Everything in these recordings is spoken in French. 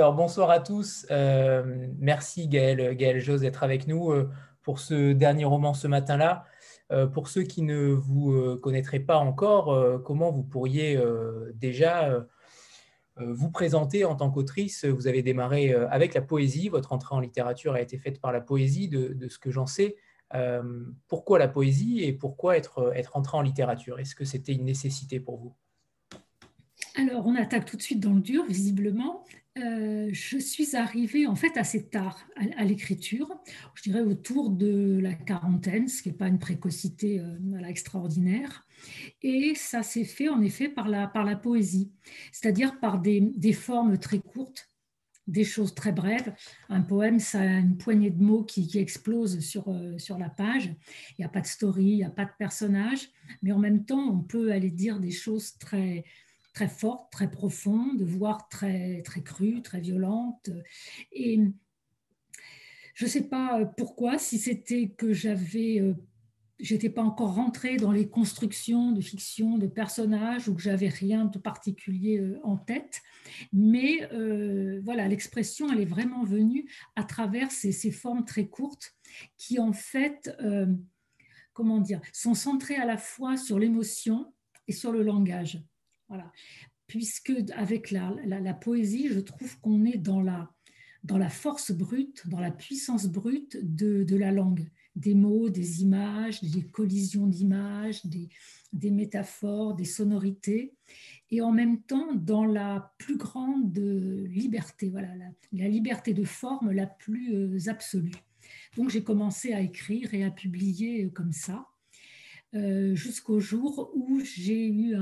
Alors, bonsoir à tous. Merci Gaël Josse d'être avec nous pour ce dernier roman ce matin-là. Pour ceux qui ne vous connaîtraient pas encore, comment vous pourriez déjà vous présenter en tant qu'autrice? Vous avez démarré avec la poésie, votre entrée en littérature a été faite par la poésie, de ce que j'en sais. Pourquoi la poésie et pourquoi être entré en littérature? Est-ce que c'était une nécessité pour vous? Alors, on attaque tout de suite dans le dur, visiblement. Je suis arrivée en fait assez tard à l'écriture, je dirais autour de la quarantaine, ce qui n'est pas une précocité voilà, extraordinaire. Et ça s'est fait en effet par la poésie, c'est-à-dire par des formes très courtes, des choses très brèves. Un poème, ça a une poignée de mots qui explose sur la page. Il n'y a pas de story, il n'y a pas de personnage, mais en même temps, on peut aller dire des choses très très fortes, très profondes, voire très, très crues, très violentes. Et je ne sais pas pourquoi, si c'était que j'étais pas encore rentrée dans les constructions de fiction, de personnages, ou que j'avais rien de particulier en tête. Mais voilà, l'expression, elle est vraiment venue à travers ces formes très courtes qui, en fait, comment dire, sont centrées à la fois sur l'émotion et sur le langage. Voilà. Puisque avec la poésie, je trouve qu'on est dans la force brute, dans la puissance brute de la langue, des mots, des images, des collisions d'images, des métaphores, des sonorités, et en même temps dans la plus grande liberté, voilà, la liberté de forme la plus absolue. Donc j'ai commencé à écrire et à publier comme ça, jusqu'au jour où j'ai eu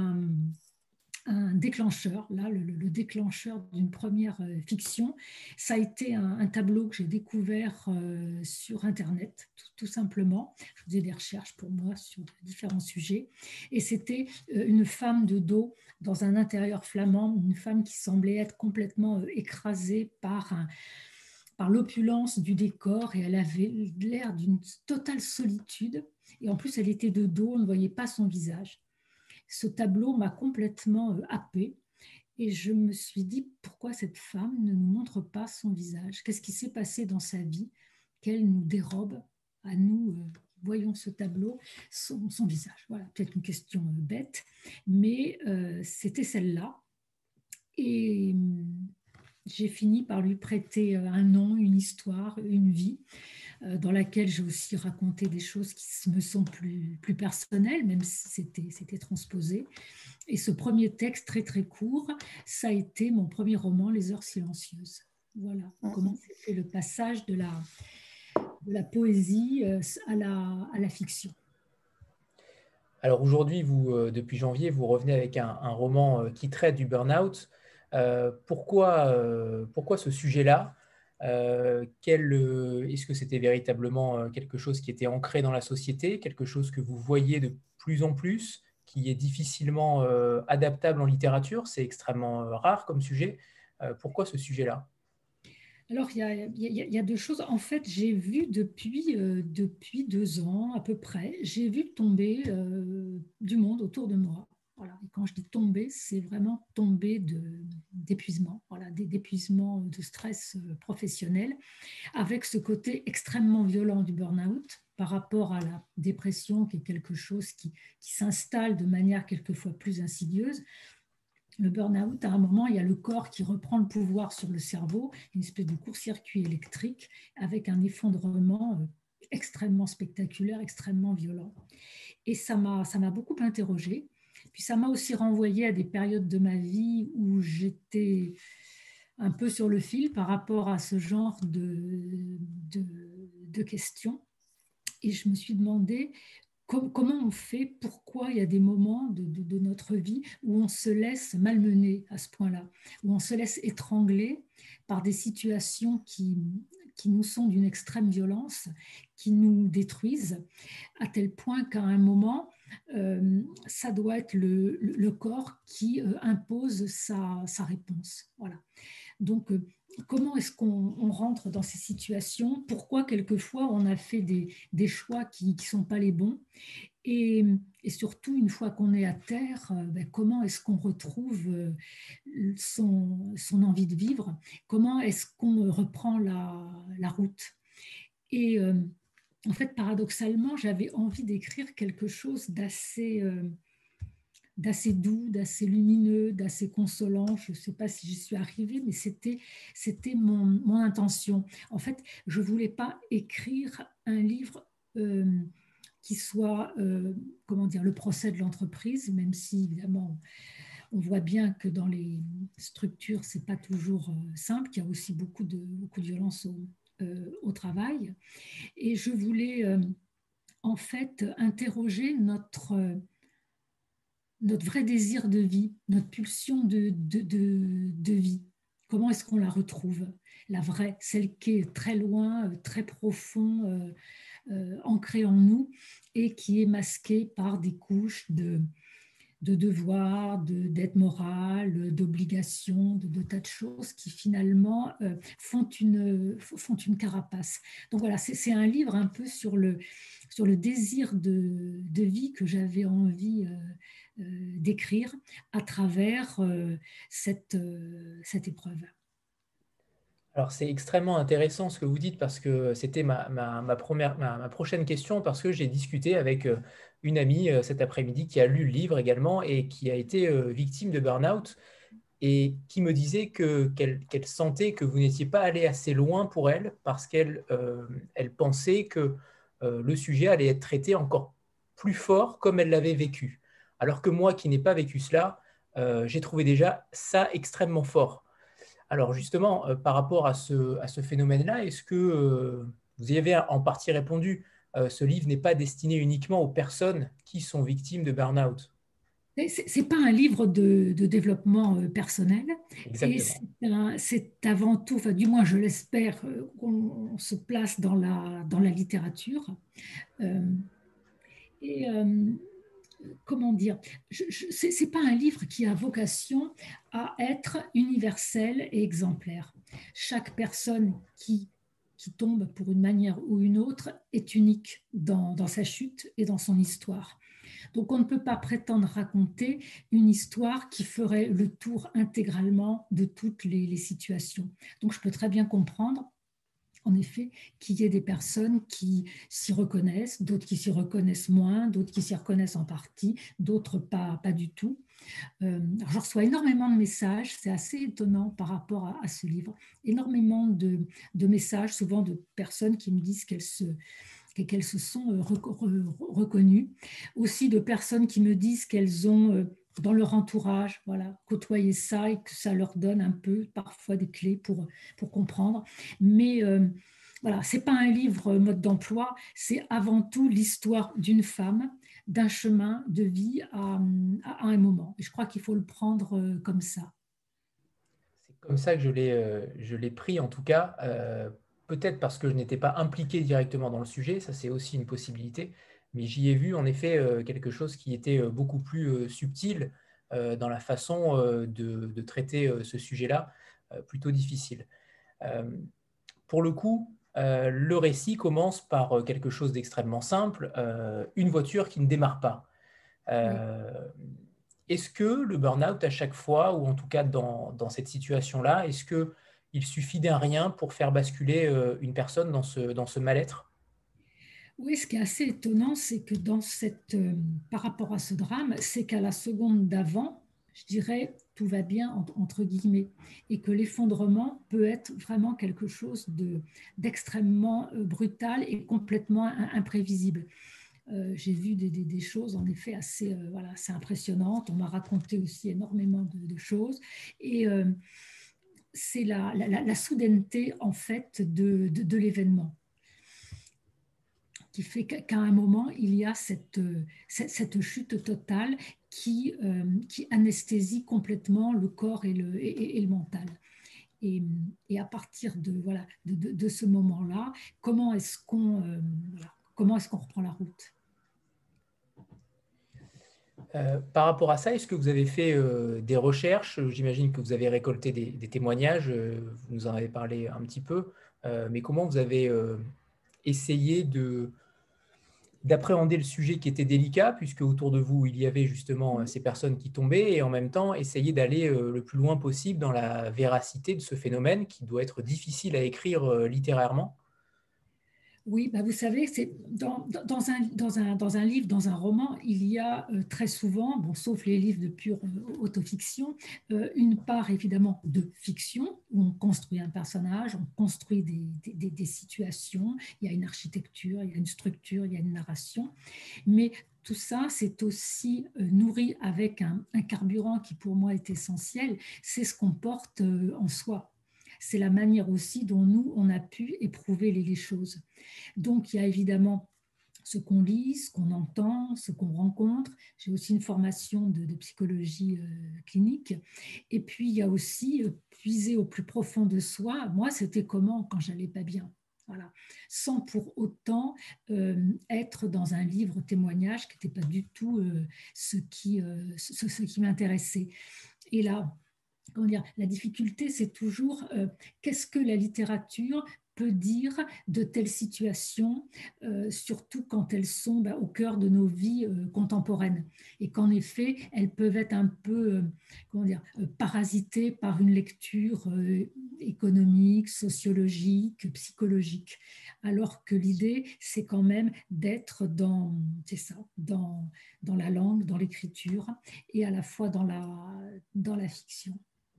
un déclencheur, là, le déclencheur d'une première fiction. Ça a été un tableau que j'ai découvert sur Internet, tout simplement. Je faisais des recherches pour moi sur différents sujets. Et c'était une femme de dos dans un intérieur flamand, une femme qui semblait être complètement écrasée par l'opulence du décor, et elle avait l'air d'une totale solitude. Et en plus, elle était de dos, on ne voyait pas son visage. Ce tableau m'a complètement happée, et je me suis dit, pourquoi cette femme ne nous montre pas son visage? Qu'est-ce qui s'est passé dans sa vie qu'elle nous dérobe à nous voyons ce tableau, son visage? Voilà, peut-être une question bête, mais c'était celle-là. Et j'ai fini par lui prêter un nom, une histoire, une vie, dans laquelle j'ai aussi raconté des choses qui me sont plus personnelles, même si c'était transposé. Et ce premier texte très très court, ça a été mon premier roman, Les Heures silencieuses. Voilà comment s'est fait le passage de la poésie à la fiction. Alors aujourd'hui, vous, depuis janvier, vous revenez avec un roman qui traite du burn-out. Pourquoi ce sujet-là? Est-ce que c'était véritablement quelque chose qui était ancré dans la société, quelque chose que vous voyez de plus en plus, qui est difficilement adaptable en littérature? C'est extrêmement rare comme sujet. Pourquoi ce sujet-là? Alors, il y a deux choses. En fait, j'ai vu depuis 2 ans à peu près, j'ai vu tomber du monde autour de moi. Voilà. Et quand je dis tomber, c'est vraiment tomber d'épuisement, voilà, d'épuisement, de stress professionnel, avec ce côté extrêmement violent du burn-out par rapport à la dépression, qui est quelque chose qui s'installe de manière quelquefois plus insidieuse. Le burn-out, à un moment, il y a le corps qui reprend le pouvoir sur le cerveau, une espèce de court-circuit électrique avec un effondrement extrêmement spectaculaire, extrêmement violent. Et ça m'a beaucoup interrogée. Puis ça m'a aussi renvoyé à des périodes de ma vie où j'étais un peu sur le fil par rapport à ce genre de questions. Et je me suis demandé comment on fait, pourquoi il y a des moments de notre vie où on se laisse malmener à ce point-là, où on se laisse étrangler par des situations qui nous sont d'une extrême violence, qui nous détruisent, à tel point qu'à un moment, ça doit être le corps qui impose sa réponse. Voilà. Donc, comment est-ce qu'on rentre dans ces situations? Pourquoi quelquefois on a fait des choix qui ne sont pas les bons? Et, et surtout, une fois qu'on est à terre, ben, comment est-ce qu'on retrouve son envie de vivre? Comment est-ce qu'on reprend la route? Et en fait, paradoxalement, j'avais envie d'écrire quelque chose d'assez doux, d'assez lumineux, d'assez consolant. Je ne sais pas si j'y suis arrivée, mais c'était mon intention. En fait, je ne voulais pas écrire un livre qui soit, comment dire, le procès de l'entreprise, même si évidemment on voit bien que dans les structures, c'est pas toujours simple, qu'il y a aussi beaucoup de violence au travail. Et je voulais en fait interroger notre vrai désir de vie, notre pulsion de vie. Comment est-ce qu'on la retrouve? La vraie, celle qui est très loin, très profond, ancrée en nous et qui est masquée par des couches de devoirs, d'aide morale, d'obligations, de tas de choses qui finalement font une carapace. Donc voilà, c'est un livre un peu sur le désir de vie que j'avais envie d'écrire à travers cette épreuve. Alors, c'est extrêmement intéressant ce que vous dites parce que c'était ma prochaine question parce que j'ai discuté avec une amie cet après-midi qui a lu le livre également et qui a été victime de burn-out et qui me disait qu'elle sentait que vous n'étiez pas allé assez loin pour elle parce elle pensait que le sujet allait être traité encore plus fort comme elle l'avait vécu. Alors que moi qui n'ai pas vécu cela, j'ai trouvé déjà ça extrêmement fort. Alors justement, par rapport à ce phénomène-là, est-ce que vous y avez en partie répondu, ce livre n'est pas destiné uniquement aux personnes qui sont victimes de burn-out? C'est pas un livre de développement personnel et Exactement. c'est avant tout, enfin, du moins je l'espère, qu'on se place dans la littérature. Euh, et comment dire, c'est pas un livre qui a vocation à être universel et exemplaire. Chaque personne qui tombe pour une manière ou une autre est unique dans sa chute et dans son histoire. Donc on ne peut pas prétendre raconter une histoire qui ferait le tour intégralement de toutes les situations. Donc je peux très bien comprendre en effet, qu'il y ait des personnes qui s'y reconnaissent, d'autres qui s'y reconnaissent moins, d'autres qui s'y reconnaissent en partie, d'autres pas du tout. Je reçois énormément de messages, c'est assez étonnant par rapport à ce livre, énormément de messages, souvent de personnes qui me disent qu'elles se sont reconnues, aussi de personnes qui me disent qu'elles ont dans leur entourage, voilà, côtoyé ça et que ça leur donne un peu parfois des clés pour comprendre. Mais voilà, c'est pas un livre mode d'emploi, c'est avant tout l'histoire d'une femme, d'un chemin de vie à un moment. Et je crois qu'il faut le prendre comme ça. C'est comme ça que je l'ai pris en tout cas. Peut-être parce que je n'étais pas impliqué directement dans le sujet, ça c'est aussi une possibilité, mais j'y ai vu en effet quelque chose qui était beaucoup plus subtil dans la façon de traiter ce sujet-là, plutôt difficile. Euh, pour le coup, le récit commence par quelque chose d'extrêmement simple, une voiture qui ne démarre pas. Oui. Euh, Est-ce que le burn-out à chaque fois, ou en tout cas dans cette situation-là, est-ce qu'il suffit d'un rien pour faire basculer une personne dans ce mal-être? Oui, ce qui est assez étonnant, c'est que par rapport à ce drame, c'est qu'à la seconde d'avant, je dirais, tout va bien entre guillemets, et que l'effondrement peut être vraiment quelque chose d'extrêmement brutal et complètement imprévisible. J'ai vu des choses en effet assez, voilà, assez impressionnantes. On m'a raconté aussi énormément de choses, et c'est la soudaineté en fait de l'événement qui fait qu'à un moment, il y a cette chute totale qui anesthésie complètement le corps et le mental. Et, et, à partir voilà, de ce moment-là, voilà, comment est-ce qu'on reprend la route? Par rapport à ça, est-ce que vous avez fait des recherches? J'imagine que vous avez récolté des témoignages, vous nous en avez parlé un petit peu, mais comment vous avez essayé d'appréhender le sujet qui était délicat, puisque autour de vous, il y avait justement ces personnes qui tombaient, et en même temps, essayer d'aller le plus loin possible dans la véracité de ce phénomène qui doit être difficile à écrire littérairement. Oui, bah vous savez, c'est dans un livre, dans un roman, il y a très souvent, bon, sauf les livres de pure autofiction, une part évidemment de fiction, où on construit un personnage, on construit des situations, il y a une architecture, il y a une structure, il y a une narration, mais tout ça, c'est aussi nourri avec un carburant qui pour moi est essentiel, c'est ce qu'on porte en soi. C'est la manière aussi dont nous, on a pu éprouver les choses. Donc, il y a évidemment ce qu'on lit, ce qu'on entend, ce qu'on rencontre. J'ai aussi une formation de psychologie clinique. Et puis, il y a aussi puiser au plus profond de soi. Moi, c'était comment quand j'allais pas bien. Voilà. Sans pour autant être dans un livre témoignage qui n'était pas du tout ce qui m'intéressait. Et là, comment dire, la difficulté, c'est toujours qu'est-ce que la littérature peut dire de telles situations, surtout quand elles sont au cœur de nos vies contemporaines. Et qu'en effet, elles peuvent être un peu comment dire, parasitées par une lecture économique, sociologique, psychologique. Alors que l'idée, c'est quand même d'être c'est ça, dans la langue, dans l'écriture, et à la fois dans la fiction.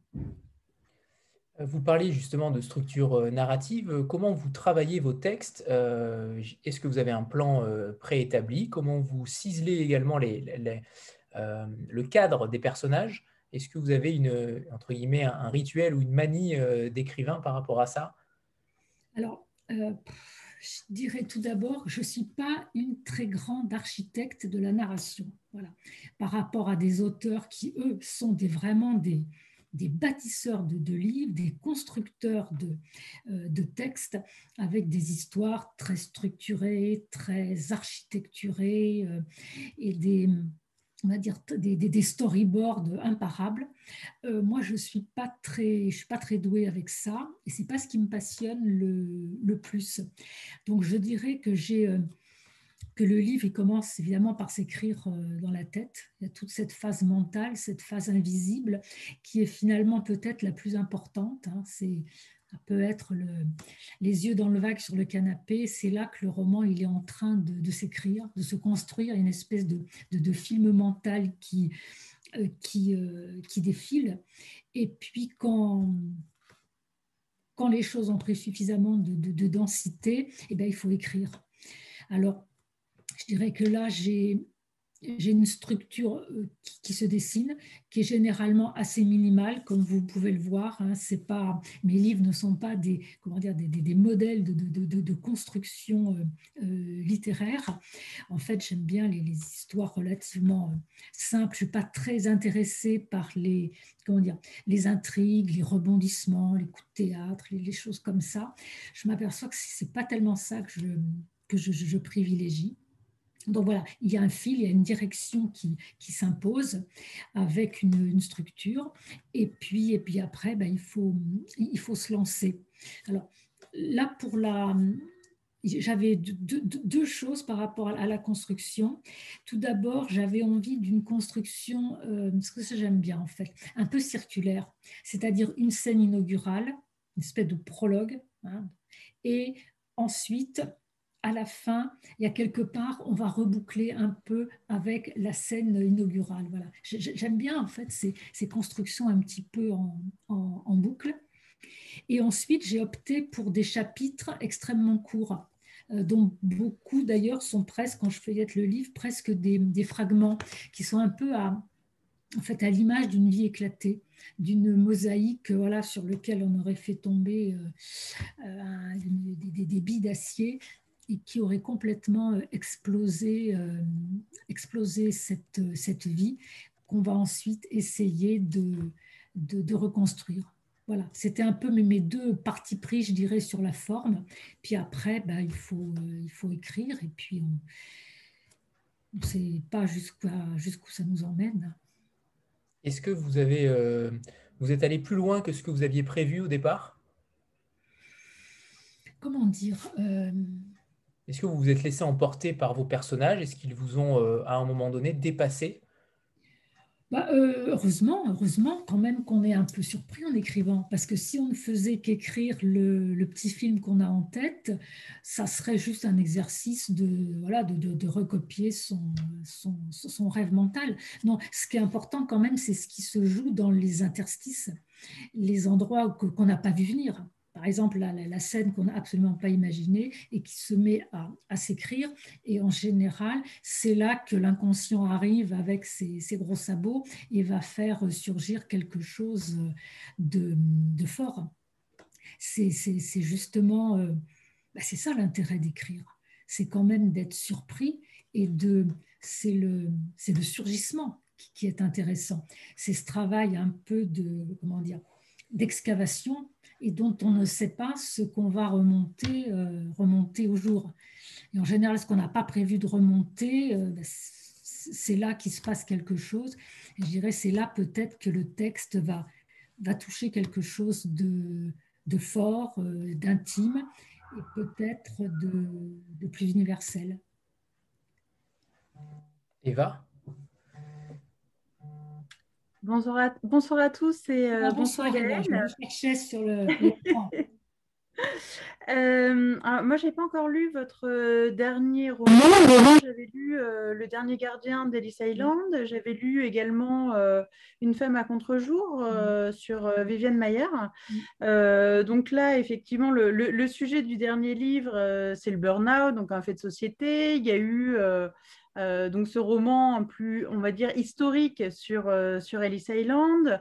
Vous parliez justement de structure narrative. Comment vous travaillez vos textes? Est-ce que vous avez un plan préétabli? Comment vous ciselez également le cadre des personnages? Est-ce que vous avez entre guillemets, un rituel ou une manie d'écrivain par rapport à ça? Alors, je dirais tout d'abord, je ne suis pas une très grande architecte de la narration. Voilà. Par rapport à des auteurs qui, eux, sont vraiment des bâtisseurs de livres, des constructeurs de textes avec des histoires très structurées, très architecturées et on va dire, des storyboards imparables. Moi, je suis pas très douée avec ça, et c'est pas ce qui me passionne le plus. Donc, je dirais que le livre, il commence évidemment par s'écrire dans la tête. Il y a toute cette phase mentale, cette phase invisible, qui est finalement peut-être la plus importante. Hein. Ça peut être les yeux dans le vague sur le canapé. C'est là que le roman il est en train de s'écrire, de se construire, une espèce de film mental qui défile. Et puis quand les choses ont pris suffisamment de densité, eh bien, il faut écrire. Alors, je dirais que là, j'ai une structure qui se dessine, qui est généralement assez minimale, comme vous pouvez le voir. Hein, c'est pas, mes livres ne sont pas comment dire, des modèles de construction littéraire. En fait, j'aime bien les histoires relativement simples. Je ne suis pas très intéressée par comment dire, les intrigues, les rebondissements, les coups de théâtre, les choses comme ça. Je m'aperçois que ce n'est pas tellement ça que je privilégie. Donc voilà, il y a un fil, il y a une direction qui s'impose avec une structure. Et puis après, il faut se lancer. Alors là, j'avais deux choses par rapport à la construction. Tout d'abord, j'avais envie d'une construction, parce que ça j'aime bien en fait, un peu circulaire, c'est-à-dire une scène inaugurale, une espèce de prologue, hein, et ensuite à la fin, il y a quelque part, on va reboucler un peu avec la scène inaugurale. Voilà. J'aime bien en fait ces constructions un petit peu en boucle. Et ensuite, j'ai opté pour des chapitres extrêmement courts, dont beaucoup d'ailleurs sont presque, quand je feuillette le livre, presque des fragments qui sont un peu en fait, à l'image d'une vie éclatée, d'une mosaïque voilà, sur laquelle on aurait fait tomber des billes d'acier et qui aurait complètement explosé cette vie qu'on va ensuite essayer de reconstruire. Voilà, c'était un peu mes deux parties pris, je dirais, sur la forme. Puis après, il faut écrire et puis on ne sait pas jusqu'où ça nous emmène. Est-ce que vous êtes allé plus loin que ce que vous aviez prévu au départ? Comment dire Est-ce que vous vous êtes laissé emporter par vos personnages? Est-ce qu'ils vous ont, à un moment donné, dépassé? Heureusement quand même qu'on est un peu surpris en écrivant, parce que si on ne faisait qu'écrire le petit film qu'on a en tête, ça serait juste un exercice voilà, de recopier son rêve mental. Non, ce qui est important quand même, c'est ce qui se joue dans les interstices, les endroits qu'on n'a pas vu venir. Par exemple, la scène qu'on n'a absolument pas imaginée et qui se met à s'écrire. Et en général, c'est là que l'inconscient arrive avec ses gros sabots et va faire surgir quelque chose de fort. C'est justement, c'est ça l'intérêt d'écrire. C'est quand même d'être surpris et c'est le surgissement qui est intéressant. C'est ce travail un peu comment dire, d'excavation et dont on ne sait pas ce qu'on va remonter au jour. Et en général, ce qu'on n'a pas prévu de remonter, c'est là qu'il se passe quelque chose. Et je dirais, c'est là peut-être que le texte va toucher quelque chose de fort, d'intime et peut-être de plus universel. Eva? Bonsoir à tous et bonsoir Bonsoir Eva, je me Gaëlle. recherchais sur l'écran. Moi, j'ai pas encore lu votre dernier roman. Moi, j'avais lu Le Dernier Gardien d'Ellis Island. J'avais lu également Une femme à contre-jour sur Viviane Mayer. Donc là, effectivement, le sujet du dernier livre, c'est le burn-out, donc un fait de société. Il y a eu donc ce roman plus, on va dire, historique sur Ellis Island,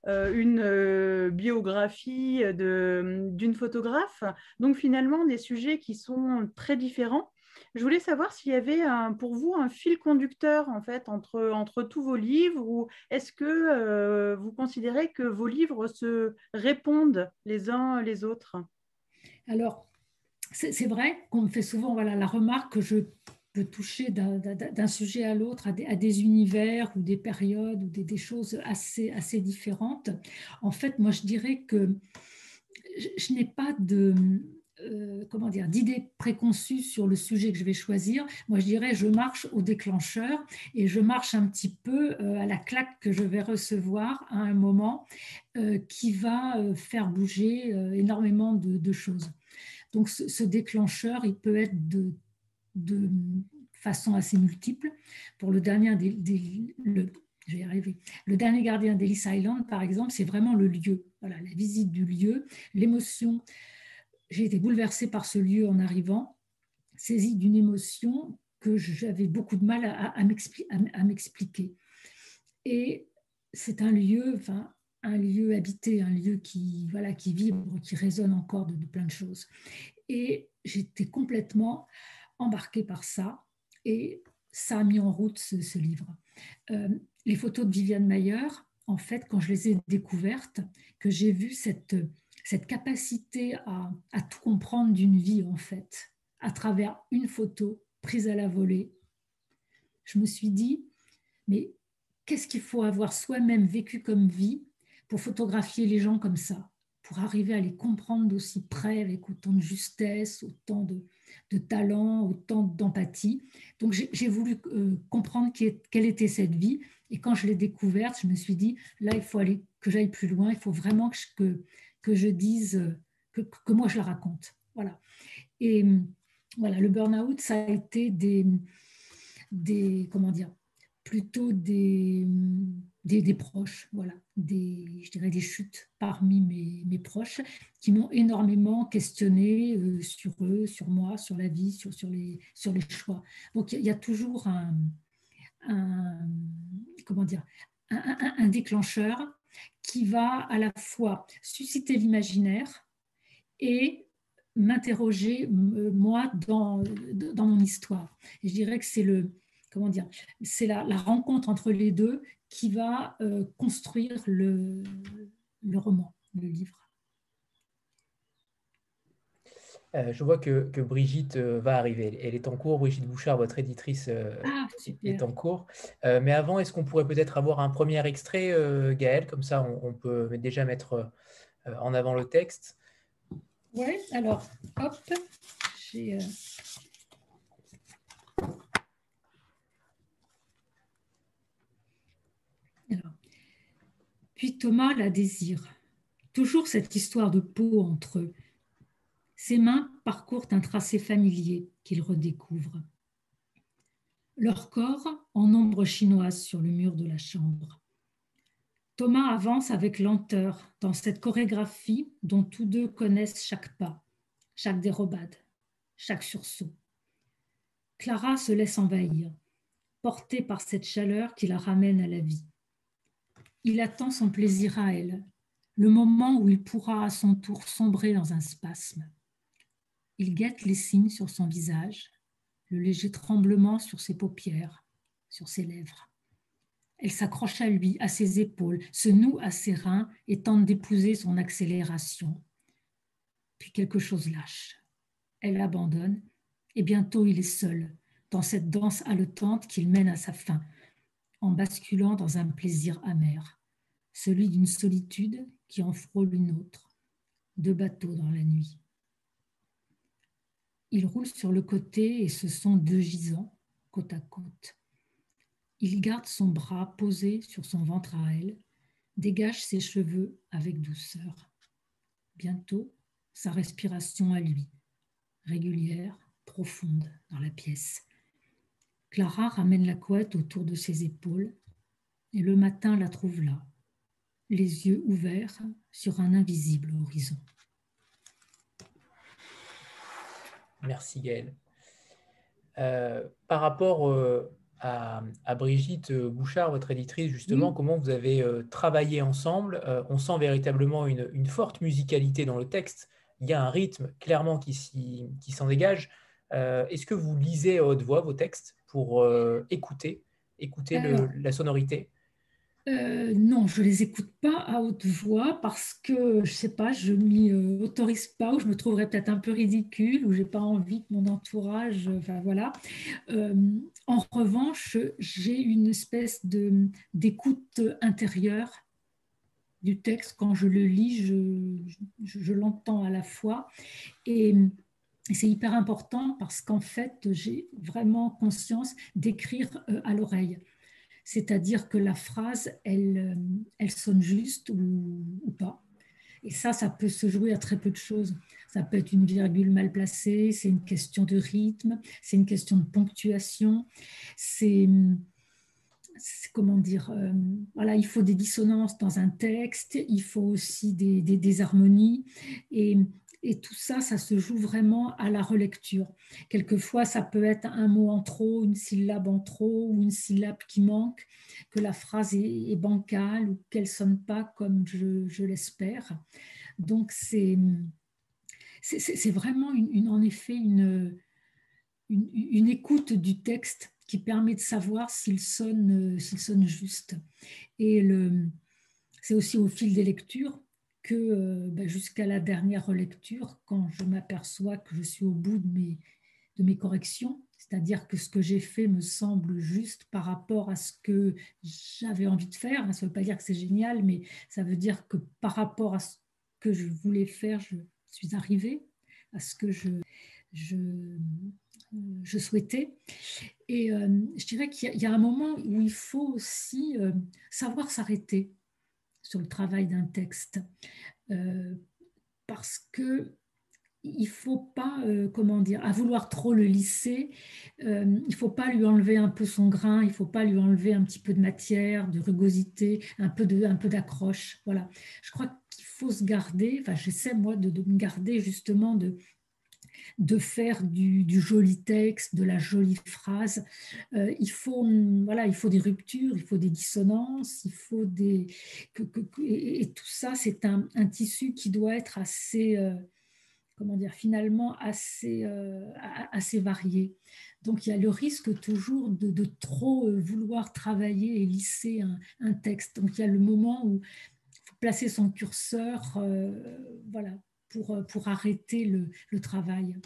une biographie d'une photographe. Donc finalement, des sujets qui sont très différents. Je voulais savoir s'il y avait pour vous un fil conducteur en fait entre tous vos livres, ou est-ce que vous considérez que vos livres se répondent les uns les autres? Alors, c'est vrai qu'on me fait souvent voilà, la remarque que je peux toucher d'un sujet à l'autre, à des univers ou des périodes ou des choses assez différentes. En fait, moi, je dirais que je n'ai pas comment dire, d'idées préconçues sur le sujet que je vais choisir. Moi, je dirais, je marche au déclencheur et je marche un petit peu à la claque que je vais recevoir à un moment qui va faire bouger énormément de choses. Donc, ce déclencheur, il peut être de façon assez multiple. Pour le dernier, je vais y arriver. Le dernier gardien d'Ellis Island, par exemple, c'est vraiment le lieu. Voilà, la visite du lieu, l'émotion. J'ai été bouleversée par ce lieu en arrivant, saisie d'une émotion que j'avais beaucoup de mal à m'expliquer. Et c'est un lieu habité, un lieu qui vibre, qui résonne encore de plein de choses. Et j'étais complètement embarquée par ça. Et ça a mis en route ce livre. Les photos de Viviane Mayer, en fait, quand je les ai découvertes, que j'ai vu cette capacité à tout comprendre d'une vie, en fait, à travers une photo prise à la volée, je me suis dit, mais qu'est-ce qu'il faut avoir soi-même vécu comme vie pour photographier les gens comme ça, pour arriver à les comprendre d'aussi près, avec autant de justesse, autant de talent, autant d'empathie. Donc j'ai voulu comprendre quelle était cette vie. Et quand je l'ai découverte, je me suis dit, là, il faut aller, que j'aille plus loin, il faut vraiment que je dise, que moi je la raconte. Voilà. Et voilà, le burn-out, ça a été comment dire, plutôt des proches, voilà, je dirais des chutes parmi mes proches qui m'ont énormément questionné sur eux, sur moi, sur la vie, sur les choix. Donc il y a toujours comment dire, un déclencheur qui va à la fois susciter l'imaginaire et m'interroger, moi, dans mon histoire. Et je dirais que comment dire, c'est la rencontre entre les deux qui va construire le roman, le livre. Je vois que Brigitte va arriver. Elle est en cours. Brigitte Bouchard, votre éditrice, est Super. en cours. Mais avant, est-ce qu'on pourrait peut-être avoir un premier extrait, Gaël? Comme ça, on peut déjà mettre en avant le texte. Oui, alors, hop, j'ai Puis Thomas la désire. Toujours cette histoire de peau entre eux. Ses mains parcourent un tracé familier qu'il redécouvre. Leur corps en ombre chinoise sur le mur de la chambre. Thomas avance avec lenteur dans cette chorégraphie dont tous deux connaissent chaque pas, chaque dérobade, chaque sursaut. Clara se laisse envahir, portée par cette chaleur qui la ramène à la vie. Il attend son plaisir à elle, le moment où il pourra à son tour sombrer dans un spasme. Il guette les signes sur son visage, le léger tremblement sur ses paupières, sur ses lèvres. Elle s'accroche à lui, à ses épaules, se noue à ses reins et tente d'épouser son accélération. Puis quelque chose lâche. Elle abandonne et bientôt il est seul, dans cette danse haletante qu'il mène à sa fin, en basculant dans un plaisir amer, celui d'une solitude qui en frôle une autre, deux bateaux dans la nuit. Il roule sur le côté et ce sont deux gisants, côte à côte. Il garde son bras posé sur son ventre à elle, dégage ses cheveux avec douceur. Bientôt, sa respiration à lui, régulière, profonde dans la pièce. Clara ramène la couette autour de ses épaules et le matin la trouve là, les yeux ouverts sur un invisible horizon. Merci Gaëlle. Par rapport à Brigitte Bouchard, votre éditrice, justement, comment vous avez travaillé ensemble. On sent véritablement une forte musicalité dans le texte. Il y a un rythme clairement qui s'en dégage. Est-ce que vous lisez à haute voix vos textes pour écouter la sonorité? Non, je les écoute pas à haute voix parce que je sais pas, je m'y autorise pas ou je me trouverais peut-être un peu ridicule ou j'ai pas envie que mon entourage, enfin voilà. En revanche, j'ai une espèce d'écoute intérieure du texte quand je le lis, je l'entends à la fois et c'est hyper important parce qu'en fait, j'ai vraiment conscience d'écrire à l'oreille. C'est-à-dire que la phrase, elle sonne juste ou pas. Et ça peut se jouer à très peu de choses. Ça peut être une virgule mal placée, c'est une question de rythme, c'est une question de ponctuation, c'est comment dire, voilà, il faut des dissonances dans un texte, il faut aussi des harmonies. Et tout ça, ça se joue vraiment à la relecture. Quelquefois, ça peut être un mot en trop, une syllabe en trop ou une syllabe qui manque, que la phrase est bancale ou qu'elle ne sonne pas comme je l'espère. Donc, c'est vraiment en effet une écoute du texte qui permet de savoir s'il sonne juste. Et c'est aussi au fil des lectures que jusqu'à la dernière relecture, quand je m'aperçois que je suis au bout de mes corrections, c'est-à-dire que ce que j'ai fait me semble juste par rapport à ce que j'avais envie de faire. Ça ne veut pas dire que c'est génial, mais ça veut dire que par rapport à ce que je voulais faire, je suis arrivée à ce que je souhaitais. Et je dirais qu'il y a un moment où il faut aussi savoir s'arrêter sur le travail d'un texte. Parce que il ne faut pas, comment dire, à vouloir trop le lisser, il ne faut pas lui enlever un peu son grain, il ne faut pas lui enlever un petit peu de matière, de rugosité, un peu d'accroche. Voilà. Je crois qu'il faut se garder, enfin j'essaie moi de me garder justement de faire du joli texte, de la jolie phrase. Il faut des ruptures, il faut des dissonances, il faut et tout ça, c'est un tissu qui doit être assez, comment dire, finalement assez varié. Donc il y a le risque toujours de trop vouloir travailler et lisser un texte. Donc il y a le moment où il faut placer son curseur, voilà, pour arrêter le travail.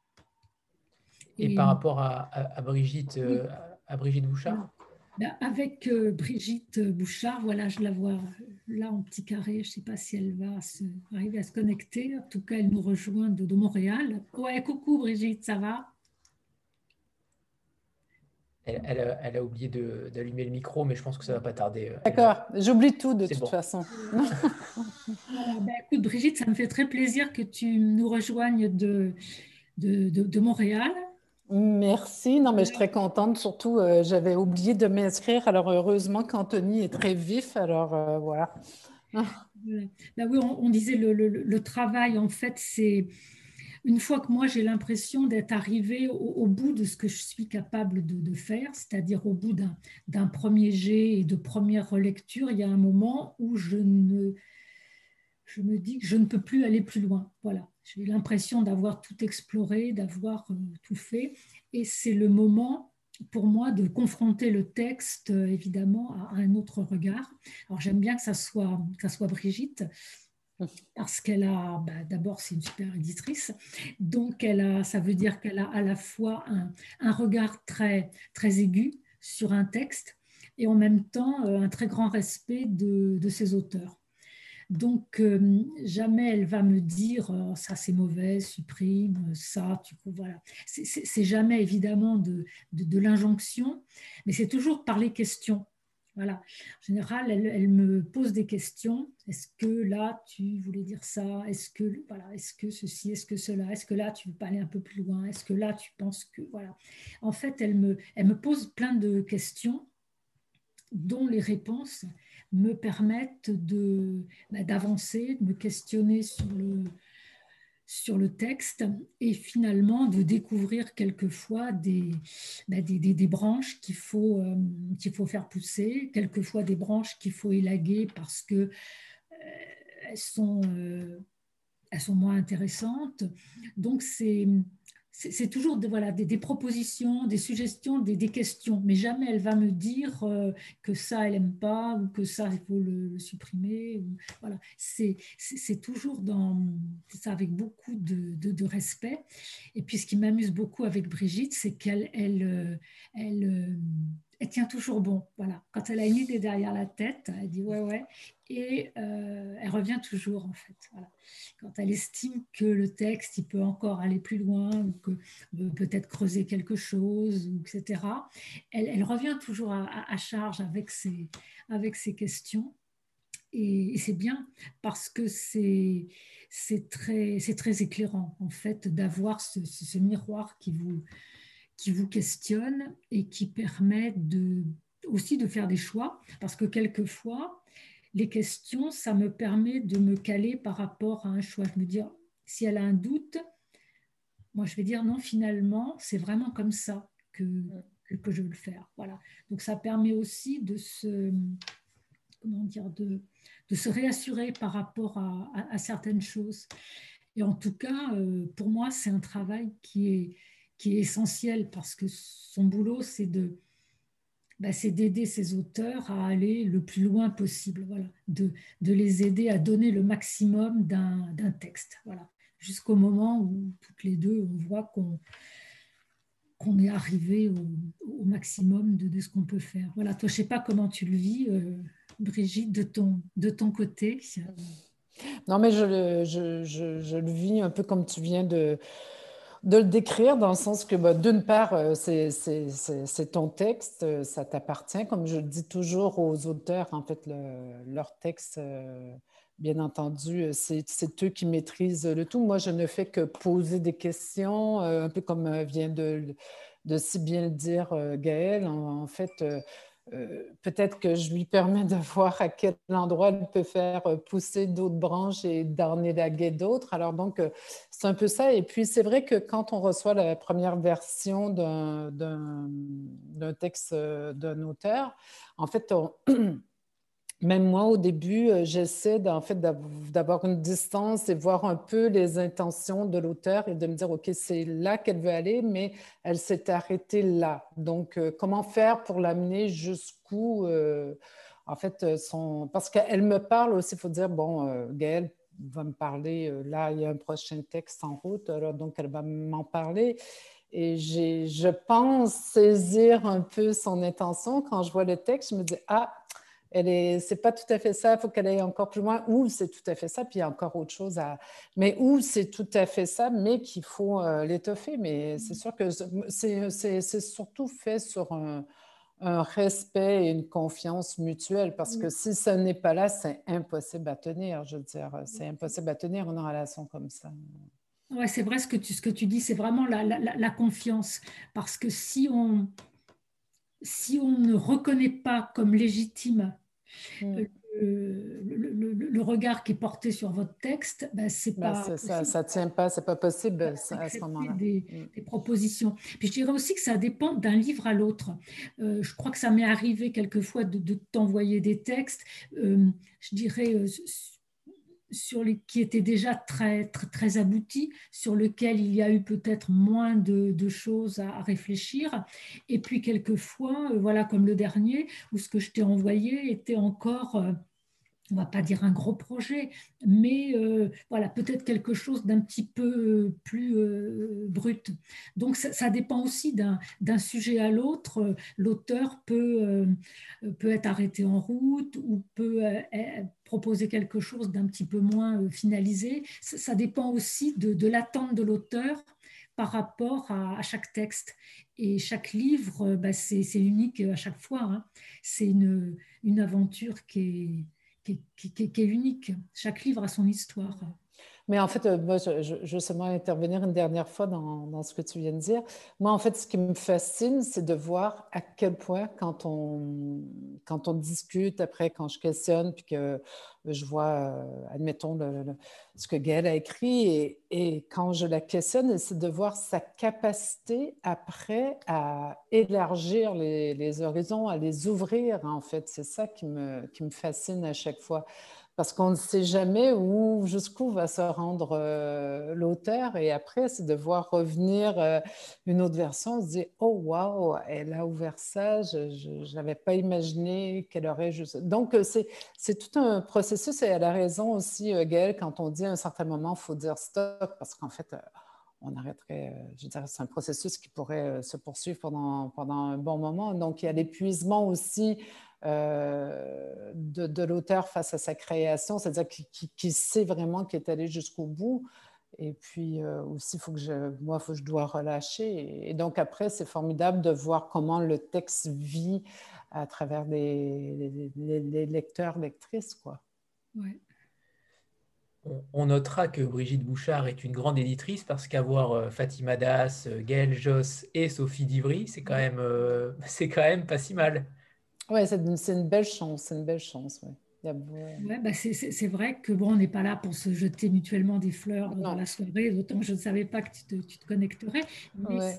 Et par rapport à Brigitte, oui, à Brigitte Bouchard? Avec Brigitte Bouchard, voilà, je la vois là en petit carré. Je ne sais pas si elle va arriver à se connecter. En tout cas, elle nous rejoint de Montréal. Ouais, coucou Brigitte, ça va? Elle a oublié d'allumer le micro, mais je pense que ça ne va pas tarder. D'accord, j'oublie tout de C'est toute bon. façon. Voilà, ben, écoute, Brigitte, ça me fait très plaisir que tu nous rejoignes de Montréal. Merci. Non, mais je suis très contente. Surtout, j'avais oublié de m'inscrire. Alors, heureusement qu'Anthony est très vif. Alors, voilà. Voilà. Ben oui, on disait le travail, en fait, c'est une fois que moi j'ai l'impression d'être arrivée au bout de ce que je suis capable de faire, c'est-à-dire au bout d'un premier jet et de première relecture, il y a un moment où je me dis que je ne peux plus aller plus loin. Voilà, j'ai l'impression d'avoir tout exploré, d'avoir tout fait. Et c'est le moment pour moi de confronter le texte, évidemment, à un autre regard. Alors j'aime bien que ça soit Brigitte, parce qu'elle a, bah, d'abord, c'est une super éditrice, donc ça veut dire qu'elle a à la fois un regard très, très aigu sur un texte et en même temps un très grand respect de ses auteurs. Donc, jamais elle va me dire ça c'est mauvais, supprime, ça, voilà. C'est jamais évidemment de l'injonction, mais c'est toujours par les questions. Voilà. En général, elle me pose des questions. Est-ce que là, tu voulais dire ça? Est-ce que, voilà, est-ce que ceci, est-ce que cela? Est-ce que là, tu veux pas aller un peu plus loin? Est-ce que là, tu penses que, voilà. En fait, elle me pose plein de questions dont les réponses me permettent d'avancer, de me questionner sur le texte et finalement de découvrir quelquefois des branches qu'il faut faire pousser, quelquefois des branches qu'il faut élaguer parce que elles sont, euh, elles sont moins intéressantes. Donc, c'est toujours voilà, des propositions, des suggestions, des questions, mais jamais elle va me dire que ça, elle n'aime pas ou que ça, il faut le supprimer. Voilà. C'est toujours ça avec beaucoup de respect. Et puis, ce qui m'amuse beaucoup avec Brigitte, c'est elle tient toujours bon. Voilà. Quand elle a une idée derrière la tête, elle dit ouais, ouais. Et elle revient toujours, en fait. Voilà. Quand elle estime que le texte, il peut encore aller plus loin, ou que peut-être creuser quelque chose, etc., elle revient toujours à charge avec ses questions. Et c'est bien parce que c'est très éclairant, en fait, d'avoir ce miroir qui vous questionne et qui permet aussi de faire des choix, parce que quelquefois, les questions, ça me permet de me caler par rapport à un choix. Je me dis, si elle a un doute, moi je vais dire non, finalement, c'est vraiment comme ça que je veux le faire. Voilà. Donc ça permet aussi comment dire, de se réassurer par rapport à certaines choses. Et en tout cas, pour moi, c'est un travail qui est essentiel parce que son boulot, c'est d'aider ces auteurs à aller le plus loin possible, voilà, de les aider à donner le maximum d'un texte, voilà, jusqu'au moment où toutes les deux, on voit qu'on est arrivé au maximum de ce qu'on peut faire. Voilà, toi, je ne sais pas comment tu le vis, Brigitte, de ton côté. Non, mais je le vis un peu comme tu viens de le décrire, dans le sens que, bah, d'une part, c'est ton texte, ça t'appartient. Comme je le dis toujours aux auteurs, en fait, leur texte, bien entendu, c'est eux qui maîtrisent le tout. Moi, je ne fais que poser des questions, un peu comme vient de si bien le dire Gaëlle. En fait, peut-être que je lui permets de voir à quel endroit elle peut faire pousser d'autres branches et d'en élaguer d'autres. Alors donc, c'est un peu ça. Et puis, c'est vrai que quand on reçoit la première version d'un texte d'un auteur, en fait, même moi, au début, j'essaie fait, d'avoir une distance et voir un peu les intentions de l'auteur et de me dire, OK, c'est là qu'elle veut aller, mais elle s'est arrêtée là. Donc, comment faire pour l'amener jusqu'où, en fait, parce qu'elle me parle aussi, il faut dire, bon, Gaëlle va me parler, là, il y a un prochain texte en route, alors, donc elle va m'en parler. Et je pense saisir un peu son intention. Quand je vois le texte, je me dis, ah, c'est pas tout à fait ça, il faut qu'elle aille encore plus loin, ou c'est tout à fait ça, puis il y a encore autre chose mais où c'est tout à fait ça, mais qu'il faut l'étoffer. Mais c'est sûr que c'est surtout fait sur un respect et une confiance mutuelle, parce que si ce n'est pas là, c'est impossible à tenir, je veux dire, c'est impossible à tenir une relation comme ça. Ouais, c'est vrai ce que tu dis, c'est vraiment la confiance. Parce que si on ne reconnaît pas comme légitime Mm. le regard qui est porté sur votre texte, ben, c'est Ben, pas possible. ça tient pas, c'est pas possible à ce moment-là. Des propositions. Puis je dirais aussi que ça dépend d'un livre à l'autre. Je crois que ça m'est arrivé quelquefois de t'envoyer des textes, je dirais, qui étaient déjà très, très, très aboutis, sur lesquels il y a eu peut-être moins de choses à réfléchir. Et puis quelquefois, voilà, comme le dernier, où ce que je t'ai envoyé était encore... on ne va pas dire un gros projet, mais voilà, peut-être quelque chose d'un petit peu plus brut. Donc ça dépend aussi d'un sujet à l'autre. L'auteur peut être arrêté en route ou peut proposer quelque chose d'un petit peu moins finalisé. Ça dépend aussi de l'attente de l'auteur par rapport à chaque texte. Et chaque livre, bah, c'est unique à chaque fois, hein. C'est une aventure qui est unique. Chaque livre a son histoire. Mais en fait, moi, je veux seulement intervenir une dernière fois dans ce que tu viens de dire. Moi, en fait, ce qui me fascine, c'est de voir à quel point, quand on discute, après, quand je questionne, puis que je vois, admettons, ce que Gaëlle a écrit, et quand je la questionne, c'est de voir sa capacité, après, à élargir les horizons, à les ouvrir, en fait. C'est ça qui me fascine à chaque fois. Parce qu'on ne sait jamais jusqu'où va se rendre l'auteur. Et après, c'est de voir revenir une autre version. On se dit, oh, wow, elle a ouvert ça. Je n'avais pas imaginé qu'elle aurait juste... Donc, c'est tout un processus. Et elle a raison aussi, Gaëlle, quand on dit à un certain moment, il faut dire stop. Parce qu'en fait, on arrêterait... je veux dire, c'est un processus qui pourrait se poursuivre pendant un bon moment. Donc, il y a l'épuisement aussi de l'auteur face à sa création, c'est-à-dire qu'il sait vraiment qu'il est allé jusqu'au bout. Et puis aussi, il faut que je dois relâcher. Et donc après, c'est formidable de voir comment le texte vit à travers les lecteurs, lectrices, quoi. Ouais. On notera que Brigitte Bouchard est une grande éditrice parce qu'avoir Fatima Das, Gaëlle Josse et Sophie Divry, c'est quand même pas si mal. Oui, c'est une belle chance, c'est une belle chance. Ouais. Ouais, bah c'est vrai que bon, on n'est pas là pour se jeter mutuellement des fleurs dans la soirée, d'autant que je ne savais pas que tu te connecterais. Mais ouais.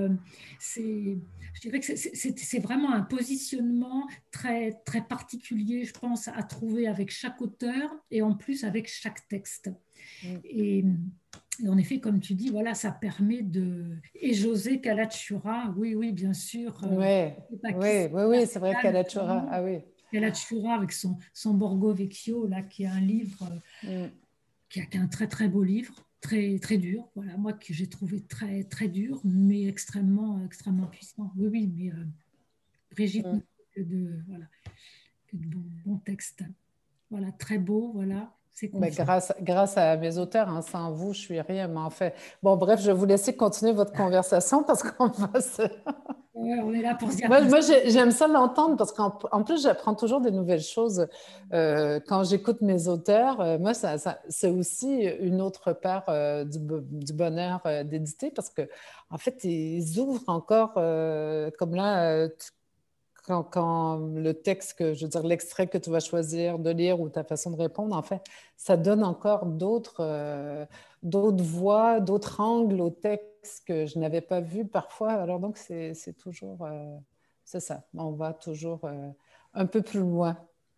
je dirais que c'est vraiment un positionnement très, très particulier, je pense, à trouver avec chaque auteur et en plus avec chaque texte. Et en effet, comme tu dis, voilà, ça permet de... Et José Calachura, oui, bien sûr. Oui, c'est vrai Calachura, ah oui. Calachura avec son Borgo Vecchio, là, qui est un livre, qui est un très, très beau livre, très, très dur. Voilà, moi, que j'ai trouvé très, très dur, mais extrêmement, extrêmement puissant. Oui, mais Brigitte n'a que de bons textes. Voilà, très beau, voilà. Ben, grâce à mes auteurs, hein, sans vous, je suis rien. Mais en fait, bon, bref, je vais vous laisser continuer votre conversation parce qu'on va se... Ouais, on est là pour se dire. Moi j'aime ça l'entendre parce qu'en plus, j'apprends toujours des nouvelles choses quand j'écoute mes auteurs. Moi, c'est aussi une autre part du bonheur d'éditer parce que, en fait, ils ouvrent encore, comme là, quand le texte, je veux dire, l'extrait que tu vas choisir de lire ou ta façon de répondre, en fait, ça donne encore d'autres voix, d'autres angles au texte que je n'avais pas vu parfois. Alors donc, c'est toujours, c'est ça, on va toujours un peu plus loin.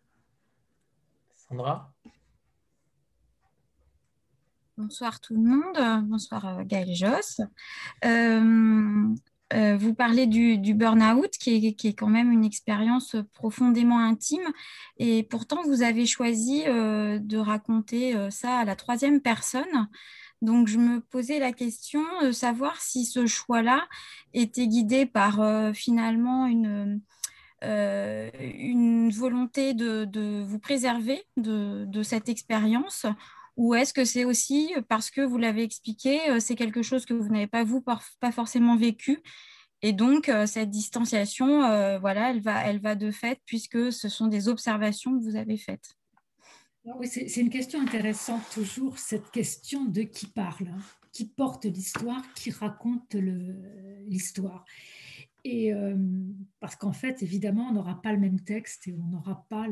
Sandra? Bonsoir tout le monde, bonsoir Gaëlle Josse. Vous parlez du burn-out qui est quand même une expérience profondément intime et pourtant vous avez choisi de raconter ça à la troisième personne. Donc je me posais la question de savoir si ce choix-là était guidé par finalement une volonté de vous préserver de cette expérience, ou est-ce que c'est aussi parce que vous l'avez expliqué, c'est quelque chose que vous n'avez pas, vous, pas forcément vécu, et donc cette distanciation, voilà, elle va de fait, puisque ce sont des observations que vous avez faites. Oui, c'est une question intéressante toujours, cette question de qui parle, hein, qui porte l'histoire, qui raconte l'histoire. Et parce qu'en fait, évidemment, on n'aura pas le même texte et on n'aura pas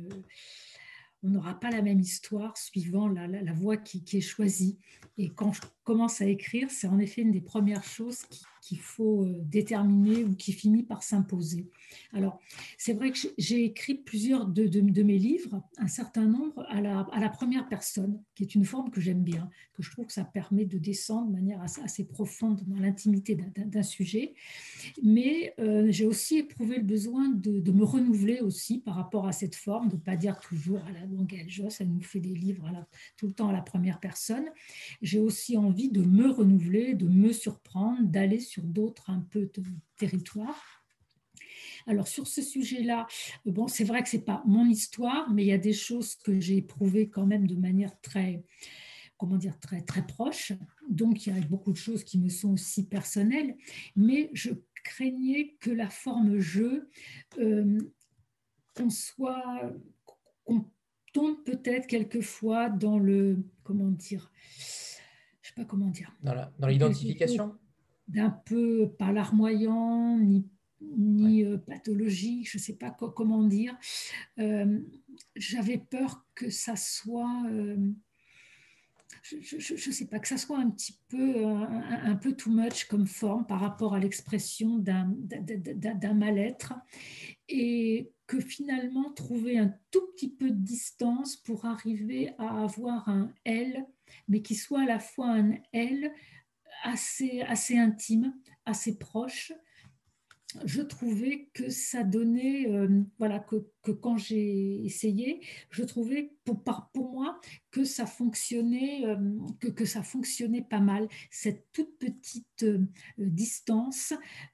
la même histoire suivant la voie qui est choisie. Et quand je commence à écrire, c'est en effet une des premières choses qu'il faut déterminer ou qui finit par s'imposer. Alors, c'est vrai que j'ai écrit plusieurs de mes livres, un certain nombre à la première personne, qui est une forme que j'aime bien, que je trouve que ça permet de descendre de manière assez profonde dans l'intimité d'un sujet. Mais j'ai aussi éprouvé le besoin de me renouveler aussi par rapport à cette forme, de ne pas dire toujours à la Gaëlle Josse, elle nous fait des livres tout le temps à la première personne. J'ai aussi envie de me renouveler, de me surprendre, d'aller sur d'autres un peu de territoires. Alors sur ce sujet-là, bon, c'est vrai que ce n'est pas mon histoire, mais il y a des choses que j'ai éprouvées quand même de manière très, comment dire, très, très proche. Donc, il y a beaucoup de choses qui me sont aussi personnelles, mais je craignais que la forme jeu, qu'on tombe peut-être quelquefois dans le, comment dire, je sais pas comment dire. Dans l'identification d'un peu pas larmoyant, ni pathologique, je ne sais pas comment dire. J'avais peur que ça soit... je ne sais pas, que ça soit un petit peu, un peu too much comme forme par rapport à l'expression d'un mal-être, et que finalement trouver un tout petit peu de distance pour arriver à avoir un elle, mais qui soit à la fois un elle assez intime, assez proche. Je trouvais que ça donnait, voilà, que quand j'ai essayé, je trouvais pour moi que ça fonctionnait, que ça fonctionnait pas mal. Cette toute petite distance,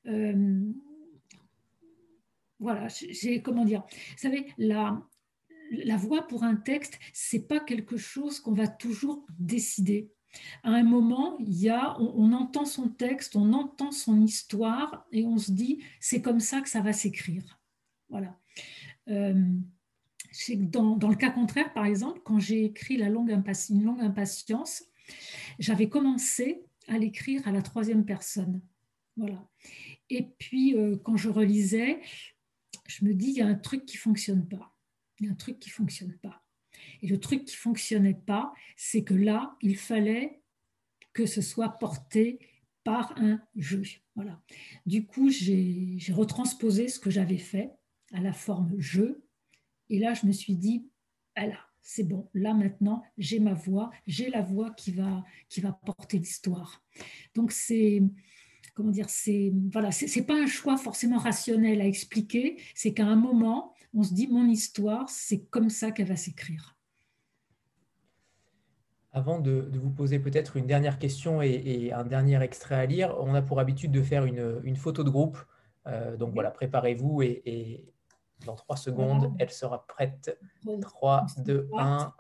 voilà, comment dire, vous savez, la voix pour un texte, c'est pas quelque chose qu'on va toujours décider. À un moment, on entend son texte, on entend son histoire et on se dit, c'est comme ça que ça va s'écrire. Voilà. Dans le cas contraire, par exemple, quand j'ai écrit une longue impatience, j'avais commencé à l'écrire à la troisième personne. Voilà. Et puis, quand je relisais, je me dis, il y a un truc qui ne fonctionne pas. Il y a un truc qui ne fonctionne pas. Et le truc qui ne fonctionnait pas, c'est que là, il fallait que ce soit porté par un jeu. Voilà. Du coup, j'ai retransposé ce que j'avais fait à la forme jeu. Et là, je me suis dit, voilà, c'est bon. Là, maintenant, j'ai ma voix, j'ai la voix qui va porter l'histoire. Donc, comment dire, voilà, c'est pas un choix forcément rationnel à expliquer, c'est qu'à un moment, on se dit, mon histoire, c'est comme ça qu'elle va s'écrire. Avant de vous poser peut-être une dernière question et un dernier extrait à lire, on a pour habitude de faire une photo de groupe. Donc voilà, préparez-vous et dans 3 secondes, elle sera prête. 3, 2, 1.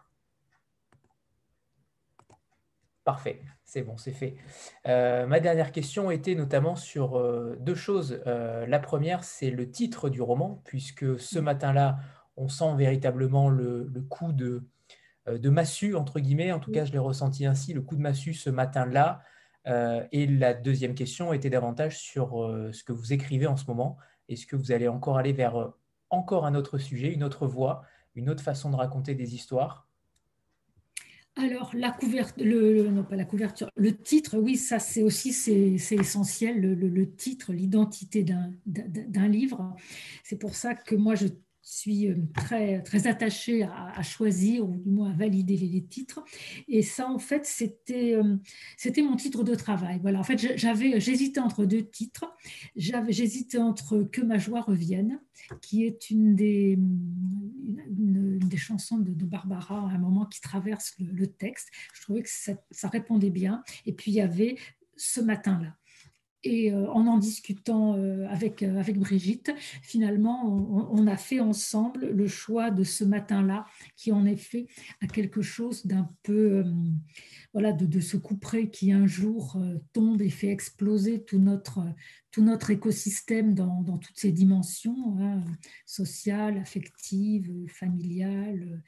Parfait, c'est bon, c'est fait. Ma dernière question était notamment sur 2 choses. La première, c'est le titre du roman, puisque ce matin-là, on sent véritablement le coup de massue, entre guillemets. En tout cas, je l'ai ressenti ainsi, le coup de massue ce matin-là. Et la deuxième question était davantage sur ce que vous écrivez en ce moment. Est-ce que vous allez encore aller vers encore un autre sujet, une autre voie, une autre façon de raconter des histoires? Alors, non pas la couverture, le titre, oui, ça c'est aussi c'est essentiel, le titre, l'identité d'un livre. C'est pour ça que moi je suis très, très attachée à choisir ou du moins à valider les titres. Et ça, en fait, c'était mon titre de travail. Voilà, en fait, j'hésitais entre 2 titres. J'hésitais entre Que ma joie revienne, qui est une des chansons de Barbara à un moment qui traverse le texte. Je trouvais que ça répondait bien. Et puis il y avait Ce matin-là. Et en discutant avec Brigitte, finalement, on a fait ensemble le choix de ce matin-là, qui en effet a quelque chose d'un peu, voilà, de ce couperet qui un jour tombe et fait exploser tout notre écosystème dans toutes ses dimensions, hein, sociales, affectives, familiales.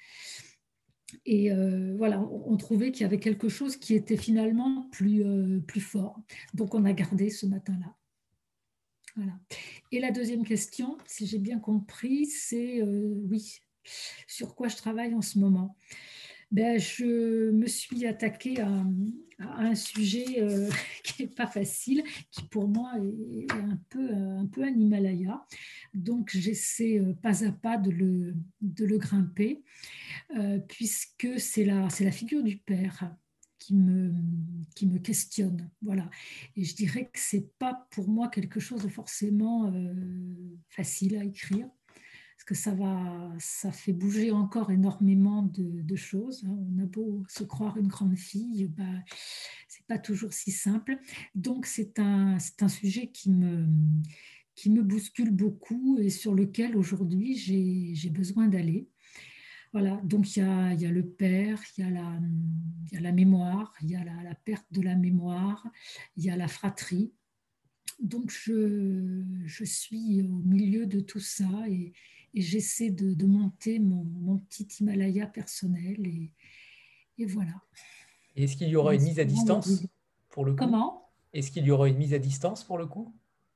Et voilà, on trouvait qu'il y avait quelque chose qui était finalement plus fort. Donc, on a gardé ce matin-là. Voilà. Et la deuxième question, si j'ai bien compris, c'est oui, sur quoi je travaille en ce moment. Ben, je me suis attaquée à un sujet qui n'est pas facile, qui pour moi est un peu un Himalaya. Donc, j'essaie pas à pas de le grimper, puisque c'est la figure du père qui me questionne. Voilà. Et je dirais que ce n'est pas pour moi quelque chose de forcément facile à écrire, parce que ça fait bouger encore énormément de choses. On a beau se croire une grande fille, bah, ce n'est pas toujours si simple. Donc, c'est un sujet qui me bouscule beaucoup et sur lequel aujourd'hui j'ai besoin d'aller. Voilà, donc il y a le père, il y a la mémoire, il y a la perte de la mémoire, il y a la fratrie. Donc je suis au milieu de tout ça et j'essaie de monter mon petit Himalaya personnel et voilà. Et est-ce qu'il y aura une mise à distance pour le coup? Comment? Est-ce qu'il y aura une mise à distance pour le coup?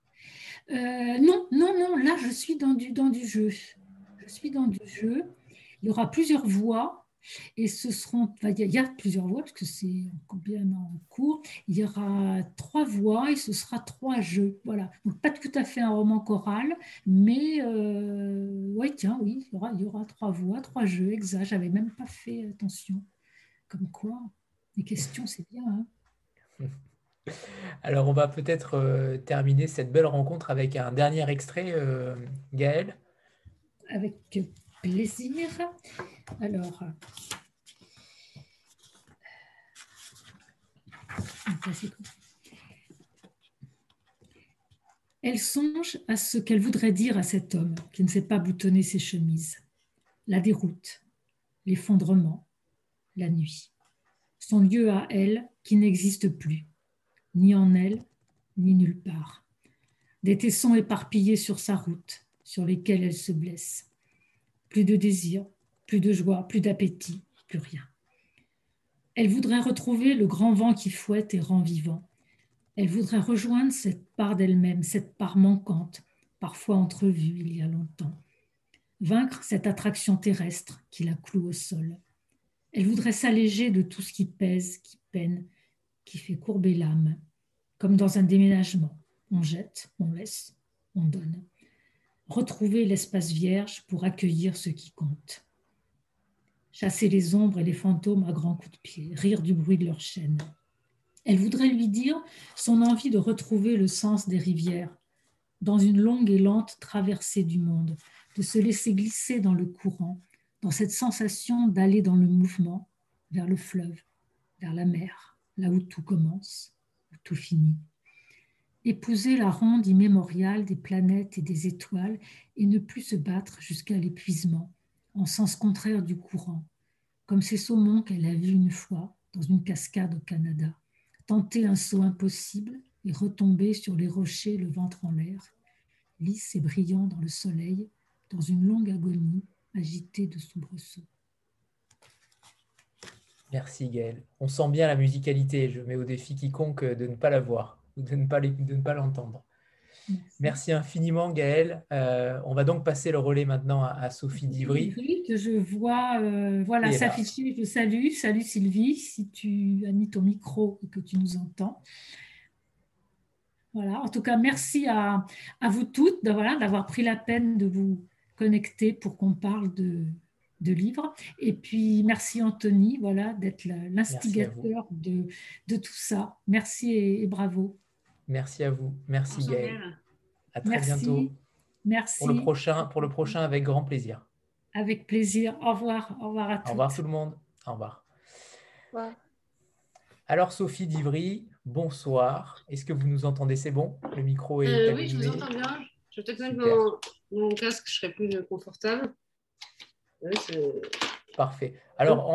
Non, là je suis dans du jeu. Je suis dans du jeu. Il y aura plusieurs voix et ce seront, il y a plusieurs voix parce que c'est bien en cours. Il y aura 3 voix et ce sera 3 jeux. Voilà. Donc pas tout à fait un roman choral, mais ouais, tiens, oui, il y aura 3 voix, 3 jeux, exact. J'avais même pas fait attention. Comme quoi, les questions, c'est bien, hein. Alors, on va peut-être terminer cette belle rencontre avec un dernier extrait, Gaël. Avec plaisir. Alors, elle songe à ce qu'elle voudrait dire à cet homme qui ne sait pas boutonner ses chemises. La déroute, l'effondrement, la nuit. Son lieu à elle qui n'existe plus, ni en elle, ni nulle part. Des tessons éparpillés sur sa route, sur lesquels elle se blesse. Plus de désir, plus de joie, plus d'appétit, plus rien. Elle voudrait retrouver le grand vent qui fouette et rend vivant. Elle voudrait rejoindre cette part d'elle-même, cette part manquante, parfois entrevue il y a longtemps. Vaincre cette attraction terrestre qui la cloue au sol. Elle voudrait s'alléger de tout ce qui pèse, qui peine, qui fait courber l'âme. Comme dans un déménagement, on jette, on laisse, on donne. Retrouver l'espace vierge pour accueillir ce qui compte. Chasser les ombres et les fantômes à grands coups de pied, rire du bruit de leurs chaînes. Elle voudrait lui dire son envie de retrouver le sens des rivières, dans une longue et lente traversée du monde, de se laisser glisser dans le courant, dans cette sensation d'aller dans le mouvement, vers le fleuve, vers la mer, là où tout commence, où tout finit. Épouser la ronde immémoriale des planètes et des étoiles et ne plus se battre jusqu'à l'épuisement, en sens contraire du courant, comme ces saumons qu'elle a vus une fois dans une cascade au Canada, tenter un saut impossible et retomber sur les rochers le ventre en l'air, lisse et brillant dans le soleil, dans une longue agonie agitée de soubresauts. Merci Gaël. On sent bien la musicalité. Je mets au défi quiconque de ne pas la voir ou de ne pas l'entendre. Merci infiniment Gaël. On va donc passer le relais maintenant à Sophie Divry. Que je vois voilà, s'afficher. Je salue. Salut Sylvie, si tu as mis ton micro et que tu nous entends. Voilà. En tout cas, merci à vous toutes d'avoir pris la peine de vous connecter pour qu'on parle de livres. Et puis, merci Anthony d'être l'instigateur de tout ça. Merci et bravo. Merci à vous. Merci Gaël. À très bientôt. Merci. Pour le prochain, avec grand plaisir. Avec plaisir. Au revoir. Au revoir à tous. Au revoir tout le monde. Au revoir. Au revoir. Alors Sophie Divry, bonsoir. Est-ce que vous nous entendez? C'est bon? Le micro est Oui, je vous allumé. entends bien. Je vais peut-être mettre Super. mon casque, je serai plus confortable. Oui, Parfait. Alors,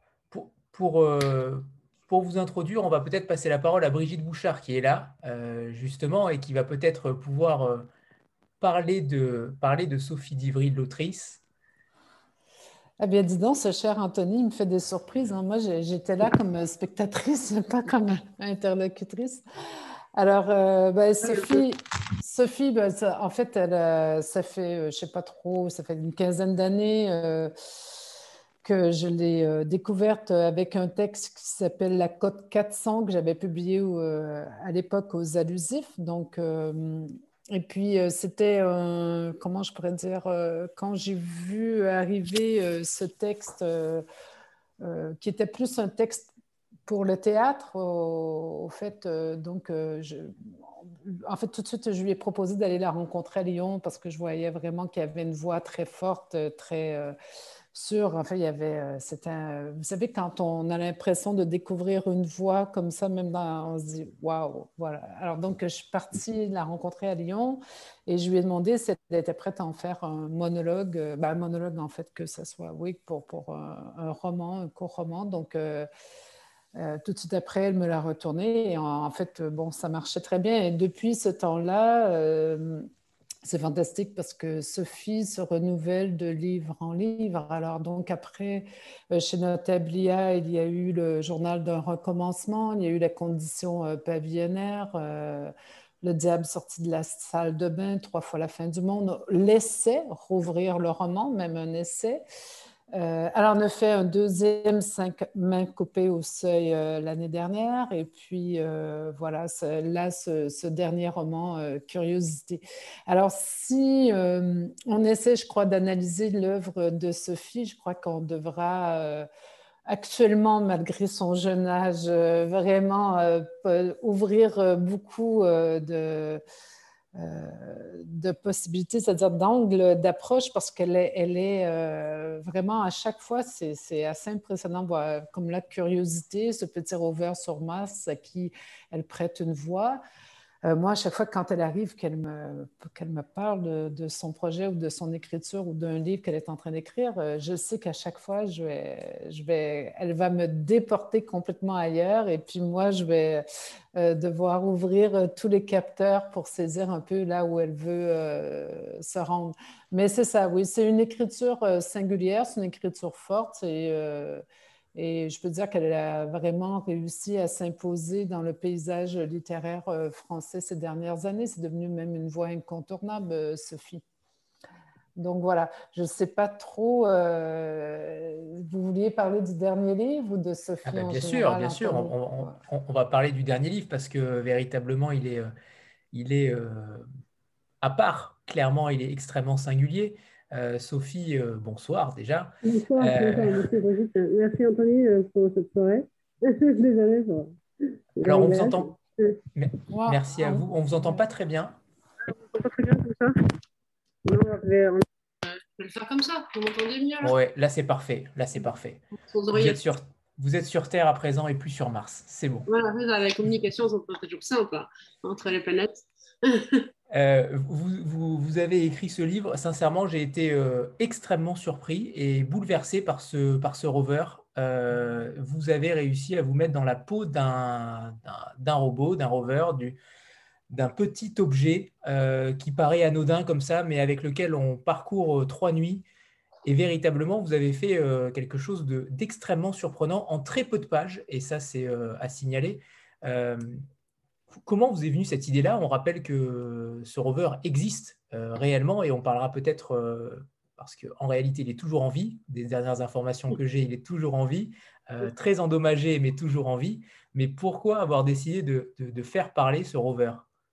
pour vous introduire, on va peut-être passer la parole à Brigitte Bouchard qui est là, justement, et qui va peut-être pouvoir parler de Sophie Divry, l'autrice. Eh bien, dis donc, ce cher Anthony, il me fait des surprises, hein. Moi, j'étais là comme spectatrice, pas comme interlocutrice. Alors, Sophie ben, en fait, ça fait, je ne sais pas trop, ça fait une quinzaine d'années que je l'ai découverte avec un texte qui s'appelle La Cote 400 que j'avais publié à l'époque aux Allusifs. Donc, et puis, c'était, comment je pourrais dire, quand j'ai vu arriver ce texte qui était plus un texte pour le théâtre, au fait, en fait, tout de suite, je lui ai proposé d'aller la rencontrer à Lyon parce que je voyais vraiment qu'il y avait une voix très forte, très sûre. En fait, il y avait, vous savez, quand on a l'impression de découvrir une voix comme ça, on se dit waouh, voilà. Alors, donc, je suis partie la rencontrer à Lyon et je lui ai demandé si elle était prête à en faire un monologue, un monologue en fait, que ce soit, oui, pour un roman, un court roman. Donc, tout de suite après, elle me l'a retourné. Et en fait, bon, ça marchait très bien. Et depuis ce temps-là, c'est fantastique parce que Sophie se renouvelle de livre en livre. Alors, donc, après, chez Notablia, il y a eu le journal d'un recommencement, il y a eu la condition pavillonnaire, le diable sorti de la salle de bain, 3 fois la fin du monde, l'essai, rouvrir le roman, même un essai. Alors, on a fait un deuxième 5 mains coupées au seuil l'année dernière. Et puis, voilà, là, ce dernier roman, Curiosité. Alors, si on essaie, je crois, d'analyser l'œuvre de Sophie, je crois qu'on devra actuellement, malgré son jeune âge, vraiment ouvrir beaucoup de possibilités, c'est-à-dire d'angle d'approche, parce qu'elle est vraiment à chaque fois, c'est assez impressionnant, comme la curiosité, ce petit rover sur Mars à qui elle prête une voix. Moi, à chaque fois, quand elle arrive, qu'elle me parle de son projet ou de son écriture ou d'un livre qu'elle est en train d'écrire, je sais qu'à chaque fois, elle va me déporter complètement ailleurs. Et puis moi, je vais devoir ouvrir tous les capteurs pour saisir un peu là où elle veut se rendre. Mais c'est ça, oui, c'est une écriture singulière, c'est une écriture forte et je peux dire qu'elle a vraiment réussi à s'imposer dans le paysage littéraire français ces dernières années. C'est devenu même une voix incontournable, Sophie. Donc voilà, je ne sais pas trop, vous vouliez parler du dernier livre ou de Sophie en Bien général? sûr, bien sûr. On va parler du dernier livre parce que véritablement, il est à part. Clairement, il est extrêmement singulier. Sophie, bonsoir déjà. Bonsoir, merci Brigitte. Merci Anthony pour cette soirée. Désolée pour Alors, on vous l'arrivage. entend. Merci à vous. On vous entend pas très bien. On ne pas très bien comme ça. Non, je vais le faire comme ça. Vous m'entendez mieux là? Ouais, là c'est parfait. Là c'est parfait. Vous êtes sur Terre à présent et plus sur Mars. C'est bon. Voilà, la communication, c'est toujours simple hein, entre les planètes. Vous avez écrit ce livre. Sincèrement, j'ai été extrêmement surpris et bouleversé par ce rover. Vous avez réussi à vous mettre dans la peau d'un robot, d'un rover, d'un petit objet qui paraît anodin comme ça, mais avec lequel on parcourt 3 nuits. Et véritablement, vous avez fait quelque chose d'extrêmement surprenant en très peu de pages, et ça, c'est à signaler. Comment vous est venue cette idée-là? On rappelle que ce rover existe réellement, et on parlera peut-être, parce qu'en réalité, il est toujours en vie. Des dernières informations que j'ai, il est toujours en vie, très endommagé, mais toujours en vie. Mais pourquoi avoir décidé de faire parler ce rover?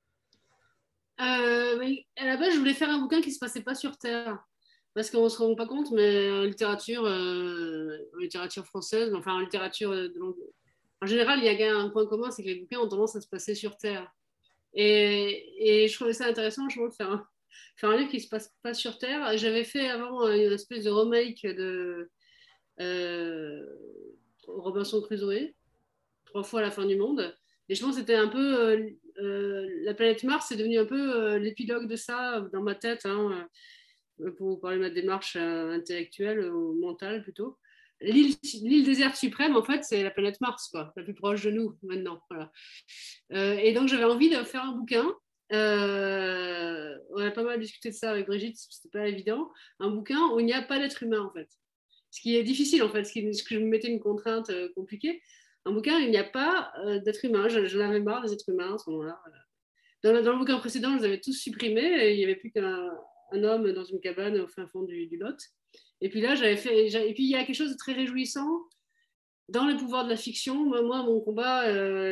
À la base, je voulais faire un bouquin qui ne se passait pas sur Terre. Parce qu'on ne se rend pas compte, mais en littérature française, enfin en littérature de langue. En général, il y a un point commun, c'est que les bouquins ont tendance à se passer sur Terre. Et je trouvais ça intéressant, je de faire un livre qui ne se passe pas sur Terre. J'avais fait avant une espèce de remake de Robinson Crusoe, 3 fois à la fin du monde. Et je pense que c'était un peu la planète Mars, c'est devenu un peu l'épilogue de ça dans ma tête, hein, pour parler de ma démarche intellectuelle ou mentale plutôt. L'île déserte suprême, en fait, c'est la planète Mars, quoi, la plus proche de nous maintenant. Voilà. Et donc, j'avais envie de faire un bouquin. On a pas mal discuté de ça avec Brigitte, c'était pas évident. Un bouquin où il n'y a pas d'être humain, en fait. Ce qui est difficile, en fait, ce que je me mettais une contrainte compliquée. Un bouquin, il n'y a pas d'être humain. J'en avais marre des êtres humains à ce moment-là. Voilà. Dans le bouquin précédent, je les avais tous supprimés. Et il n'y avait plus qu'un homme dans une cabane au fin fond du Lot. Et puis là, et puis il y a quelque chose de très réjouissant dans le pouvoir de la fiction. Moi mon combat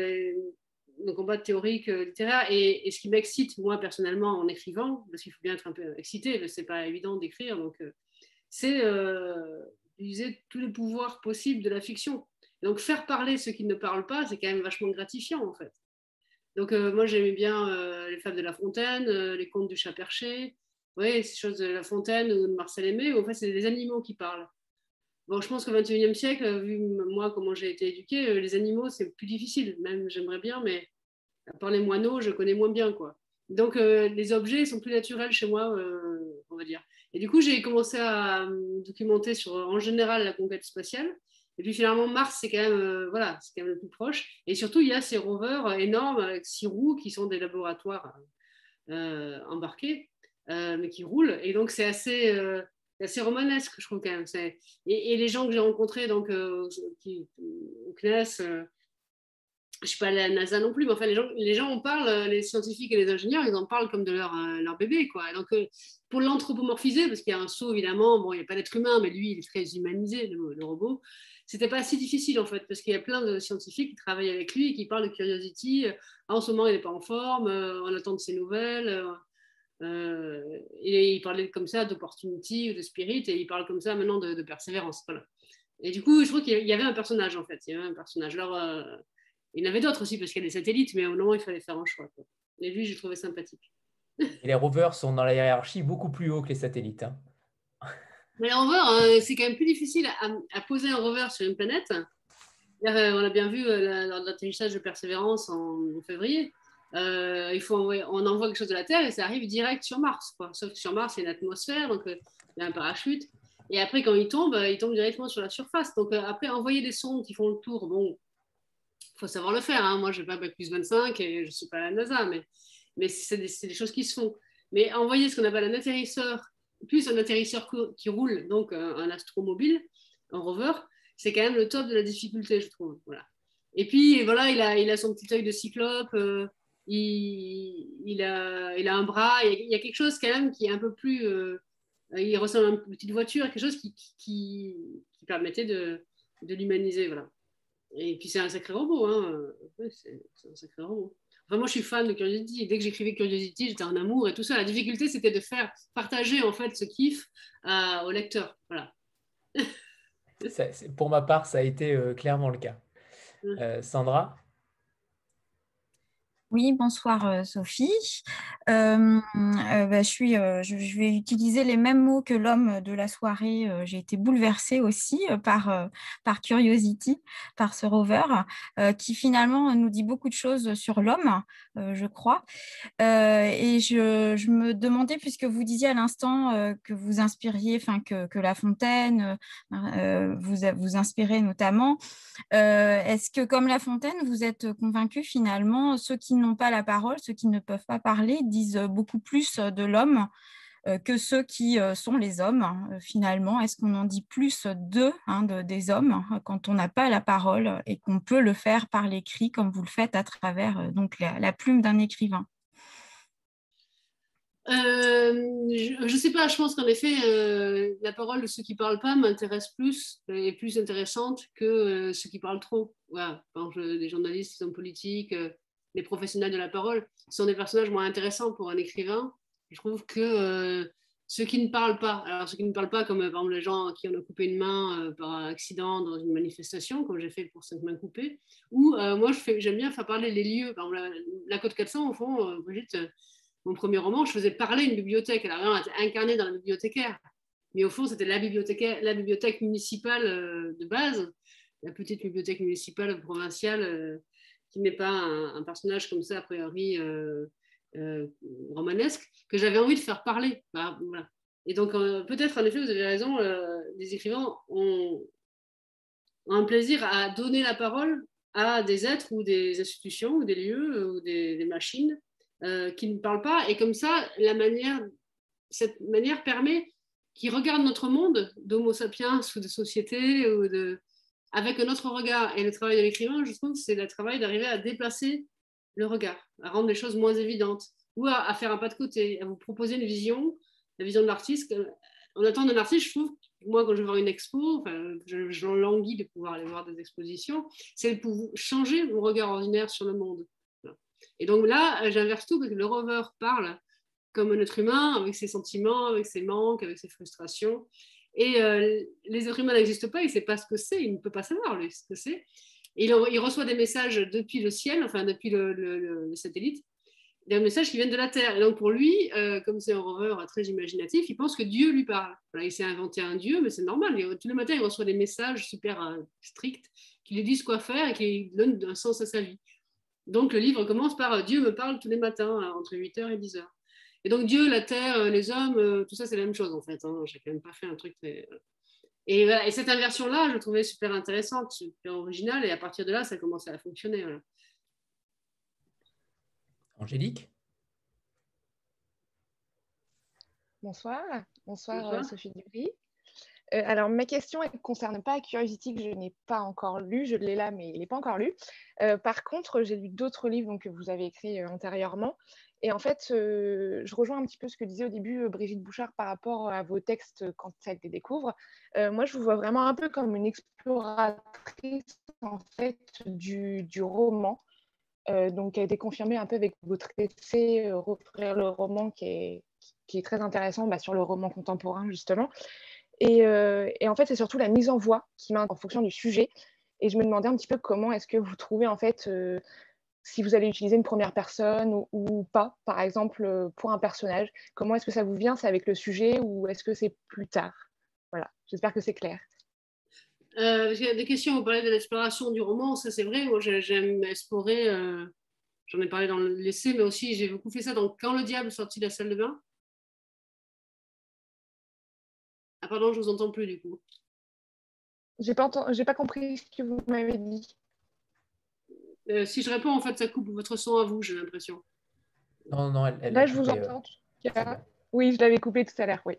théorique, littéraire, et ce qui m'excite, moi, personnellement, en écrivant, parce qu'il faut bien être un peu excité, c'est pas évident d'écrire, donc c'est utiliser tous les pouvoirs possibles de la fiction. Donc, faire parler ceux qui ne parlent pas, c'est quand même vachement gratifiant, en fait. Donc, moi, j'aimais bien les Fables de La Fontaine, les Contes du Chat Perché, oui, ces choses de La Fontaine ou de Marcel Aimé, où en fait, c'est des animaux qui parlent. Bon, je pense qu'au XXIe siècle, vu moi comment j'ai été éduquée, les animaux, c'est plus difficile. Même, j'aimerais bien, mais à part les moineaux, je connais moins bien, quoi. Donc, les objets sont plus naturels chez moi, on va dire. Et du coup, j'ai commencé à me documenter sur, en général, la conquête spatiale. Et puis, finalement, Mars, c'est quand même, voilà, c'est quand même le plus proche. Et surtout, il y a ces rovers énormes avec 6 roues qui sont des laboratoires embarqués, mais qui roulent. Et donc, c'est assez romanesque, je trouve, quand même. Et les gens que j'ai rencontrés, donc, au CNES, je ne suis pas à la NASA non plus, mais enfin, les gens en parlent, les scientifiques et les ingénieurs, ils en parlent comme de leur bébé, quoi. Donc, pour l'anthropomorphiser, parce qu'il y a un saut, évidemment, bon, il n'y a pas d'être humain, mais lui, il est très humanisé, le robot. C'était pas si difficile, en fait, parce qu'il y a plein de scientifiques qui travaillent avec lui et qui parlent de Curiosity. En ce moment, il n'est pas en forme, on attend de ses nouvelles. Et il parlait comme ça d'Opportunity ou de Spirit, et il parle comme ça maintenant de Persévérance. Voilà. Et du coup, je trouve qu'il y avait un personnage, en fait. Il y avait un personnage. Alors, il y en avait d'autres aussi, parce qu'il y a des satellites, mais au moment, il fallait faire un choix, quoi. Et lui, j'ai trouvé sympathique. Et les rovers sont dans la hiérarchie beaucoup plus haut que les satellites, hein. Mais les rovers, c'est quand même plus difficile à poser un rover sur une planète. On a bien vu lors de l'atterrissage de Persévérance en février. On envoie quelque chose de la Terre et ça arrive direct sur Mars, quoi. Sauf que sur Mars, il y a une atmosphère, donc il y a un parachute. Et après, quand il tombe directement sur la surface. Donc après, envoyer des sondes qui font le tour, bon, il faut savoir le faire, hein. Moi, je n'ai pas Bac plus 25 et je ne suis pas à la NASA, mais c'est des choses qui se font. Mais envoyer ce qu'on appelle un atterrisseur, plus un atterrisseur qui roule, donc un astromobile, un rover, c'est quand même le top de la difficulté, je trouve. Voilà. Et puis, voilà, il a son petit œil de cyclope, il a un bras, il y a quelque chose quand même qui est un peu plus... il ressemble à une petite voiture, quelque chose qui permettait de l'humaniser, voilà. Et puis c'est un sacré robot, hein. Ouais, c'est un sacré robot. Enfin, moi, je suis fan de Curiosity. Dès que j'écrivais Curiosity, j'étais en amour et tout ça. La difficulté, c'était de faire partager en fait ce kiff au lecteur. Voilà. Pour ma part, ça a été clairement le cas. Sandra? Oui, bonsoir Sophie. Je vais utiliser les mêmes mots que l'homme de la soirée. J'ai été bouleversée aussi par Curiosity, par ce rover, qui finalement nous dit beaucoup de choses sur l'homme, je crois. Et je me demandais, puisque vous disiez à l'instant que vous inspiriez, enfin que La Fontaine vous inspirait notamment, est-ce que comme La Fontaine, vous êtes convaincu finalement, ceux qui n'ont pas la parole, ceux qui ne peuvent pas parler, disent beaucoup plus de l'homme que ceux qui sont les hommes, finalement? Est-ce qu'on en dit plus d'eux, des hommes, quand on n'a pas la parole et qu'on peut le faire par l'écrit, comme vous le faites à travers donc la plume d'un écrivain? Je ne sais pas, je pense qu'en effet, la parole de ceux qui ne parlent pas m'intéresse plus, et plus intéressante que ceux qui parlent trop. Voilà. Par exemple, les journalistes, les hommes politiques, les professionnels de la parole sont des personnages moins intéressants pour un écrivain. Je trouve que ceux qui ne parlent pas, alors ceux qui ne parlent pas, comme par exemple les gens qui ont coupé une main par accident dans une manifestation, comme j'ai fait pour 5 mains coupées, ou moi j'aime bien faire parler les lieux. Par exemple, la Côte 400, au fond, Brigitte, mon premier roman, je faisais parler une bibliothèque. Elle a vraiment été incarnée dans la bibliothécaire. Mais au fond, c'était la bibliothèque municipale de base, la petite bibliothèque municipale provinciale qui n'est pas un personnage comme ça, a priori romanesque, que j'avais envie de faire parler. Bah, voilà. Et donc, peut-être, en effet, vous avez raison, les écrivains ont un plaisir à donner la parole à des êtres ou des institutions ou des lieux ou des machines qui ne parlent pas. Et comme ça, cette manière permet qu'ils regardent notre monde d'homo sapiens ou de société avec un autre regard. Et le travail de l'écrivain, je trouve, c'est le travail d'arriver à déplacer le regard, à rendre les choses moins évidentes ou à faire un pas de côté, à vous proposer une vision, la vision de l'artiste. On attend d'un artiste, je trouve, moi, quand je vais voir une expo, je languis de pouvoir aller voir des expositions, c'est de pouvoir changer mon regard ordinaire sur le monde. Et donc là, j'inverse tout, parce que le rover parle comme un être humain, avec ses sentiments, avec ses manques, avec ses frustrations. Et les êtres humains n'existent pas, il ne sait pas ce que c'est, il ne peut pas savoir, lui, ce que c'est. Et il reçoit des messages depuis le ciel, enfin depuis le satellite, des messages qui viennent de la Terre. Et donc pour lui, comme c'est un rover très imaginatif, il pense que Dieu lui parle. Voilà, il s'est inventé un Dieu, mais c'est normal. Tous les matins, il reçoit des messages super stricts qui lui disent quoi faire et qui lui donnent un sens à sa vie. Donc le livre commence par Dieu me parle tous les matins, entre 8h et 10h. Et donc Dieu, la Terre, les hommes, tout ça, c'est la même chose en fait. Hein. J'ai quand même pas fait un truc très... Et, voilà. Et cette inversion-là, je le trouvais super intéressante, super originale, et à partir de là, ça a commencé à fonctionner. Voilà. Angélique? Bonsoir, Sophie Dubry. Alors, ma question, elle ne concerne pas Curiosity, que je n'ai pas encore lu. Je l'ai là, mais il n'est pas encore lu. Par contre, j'ai lu d'autres livres que vous avez écrits antérieurement. Et en fait, je rejoins un petit peu ce que disait au début Brigitte Bouchard par rapport à vos textes quand ça les découvre. Moi, je vous vois vraiment un peu comme une exploratrice en fait, du roman. Donc, qui a été confirmée un peu avec votre essai Refaire le roman, qui est très intéressant sur le roman contemporain, justement. Et en fait, c'est surtout la mise en voix qui m'intéresse en fonction du sujet. Et je me demandais un petit peu comment est-ce que vous trouvez, en fait, si vous allez utiliser une première personne ou pas, par exemple, pour un personnage. Comment est-ce que ça vous vient? C'est avec le sujet ou est-ce que c'est plus tard? Voilà, j'espère que c'est clair. Il y a des questions, vous parlez de l'exploration du roman, ça c'est vrai, moi j'aime explorer, j'en ai parlé dans l'essai, mais aussi j'ai beaucoup fait ça dans Quand le diable sortit de la salle de bain. Ah pardon, je vous entends plus du coup. J'ai pas compris ce que vous m'avez dit. Si je réponds, en fait, ça coupe votre son à vous, j'ai l'impression. Non, là, je vous entends. Oui, je l'avais coupé tout à l'heure, oui.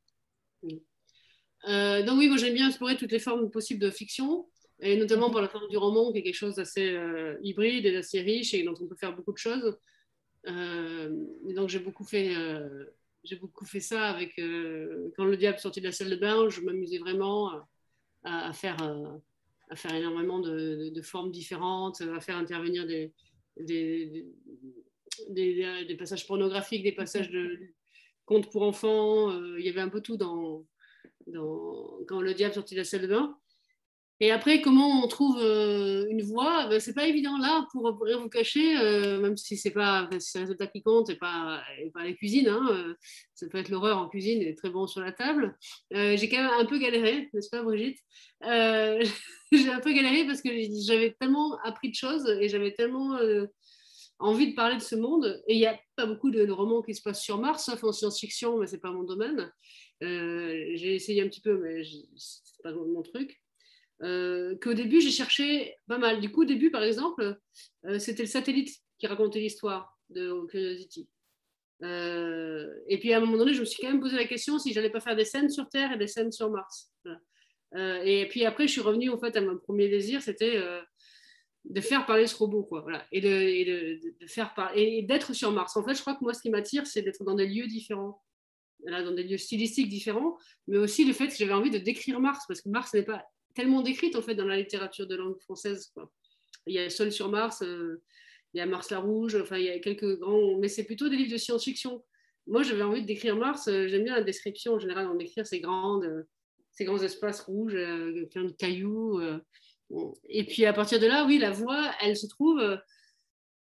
Donc oui, moi j'aime bien explorer toutes les formes possibles de fiction, et notamment par la forme du roman, qui est quelque chose d'assez hybride et d'assez riche, et dont on peut faire beaucoup de choses. Et donc j'ai beaucoup fait ça avec Quand le diable sortit de la salle de bain, je m'amusais vraiment à faire énormément de formes différentes, à faire intervenir des passages pornographiques, des passages de contes pour enfants. Il y avait un peu tout dans Quand le diable sortit de la salle de bain. Et après, comment on trouve une voix, c'est pas évident là, pour rien vous cacher, même si c'est pas c'est le résultat qui compte et pas la cuisine, hein, ça peut être l'horreur en cuisine et très bon sur la table. J'ai quand même un peu galéré, n'est-ce pas Brigitte? J'ai un peu galéré parce que j'avais tellement appris de choses et j'avais tellement envie de parler de ce monde. Et il n'y a pas beaucoup de romans qui se passent sur Mars, sauf en science-fiction, mais c'est pas mon domaine. J'ai essayé un petit peu, mais c'est pas mon truc. Qu'au début, j'ai cherché pas mal. Du coup, au début, par exemple, c'était le satellite qui racontait l'histoire de Curiosity. Et puis, à un moment donné, je me suis quand même posé la question si j'allais pas faire des scènes sur Terre et des scènes sur Mars. Voilà. Et puis après, je suis revenue en fait à mon premier désir, c'était de faire parler ce robot, quoi. Voilà. Et de faire parler et d'être sur Mars. En fait, je crois que moi, ce qui m'attire, c'est d'être dans des lieux différents. Là, dans des lieux stylistiques différents, mais aussi le fait que j'avais envie de décrire Mars, parce que Mars n'est pas tellement décrite en fait dans la littérature de langue française, quoi. Il y a Seul sur Mars, il y a Mars la Rouge, enfin il y a quelques grands, mais c'est plutôt des livres de science-fiction. Moi j'avais envie de décrire Mars, j'aime bien la description en général, on décrire ces grands espaces rouges, plein de cailloux. Et puis à partir de là, oui, la voix, elle se trouve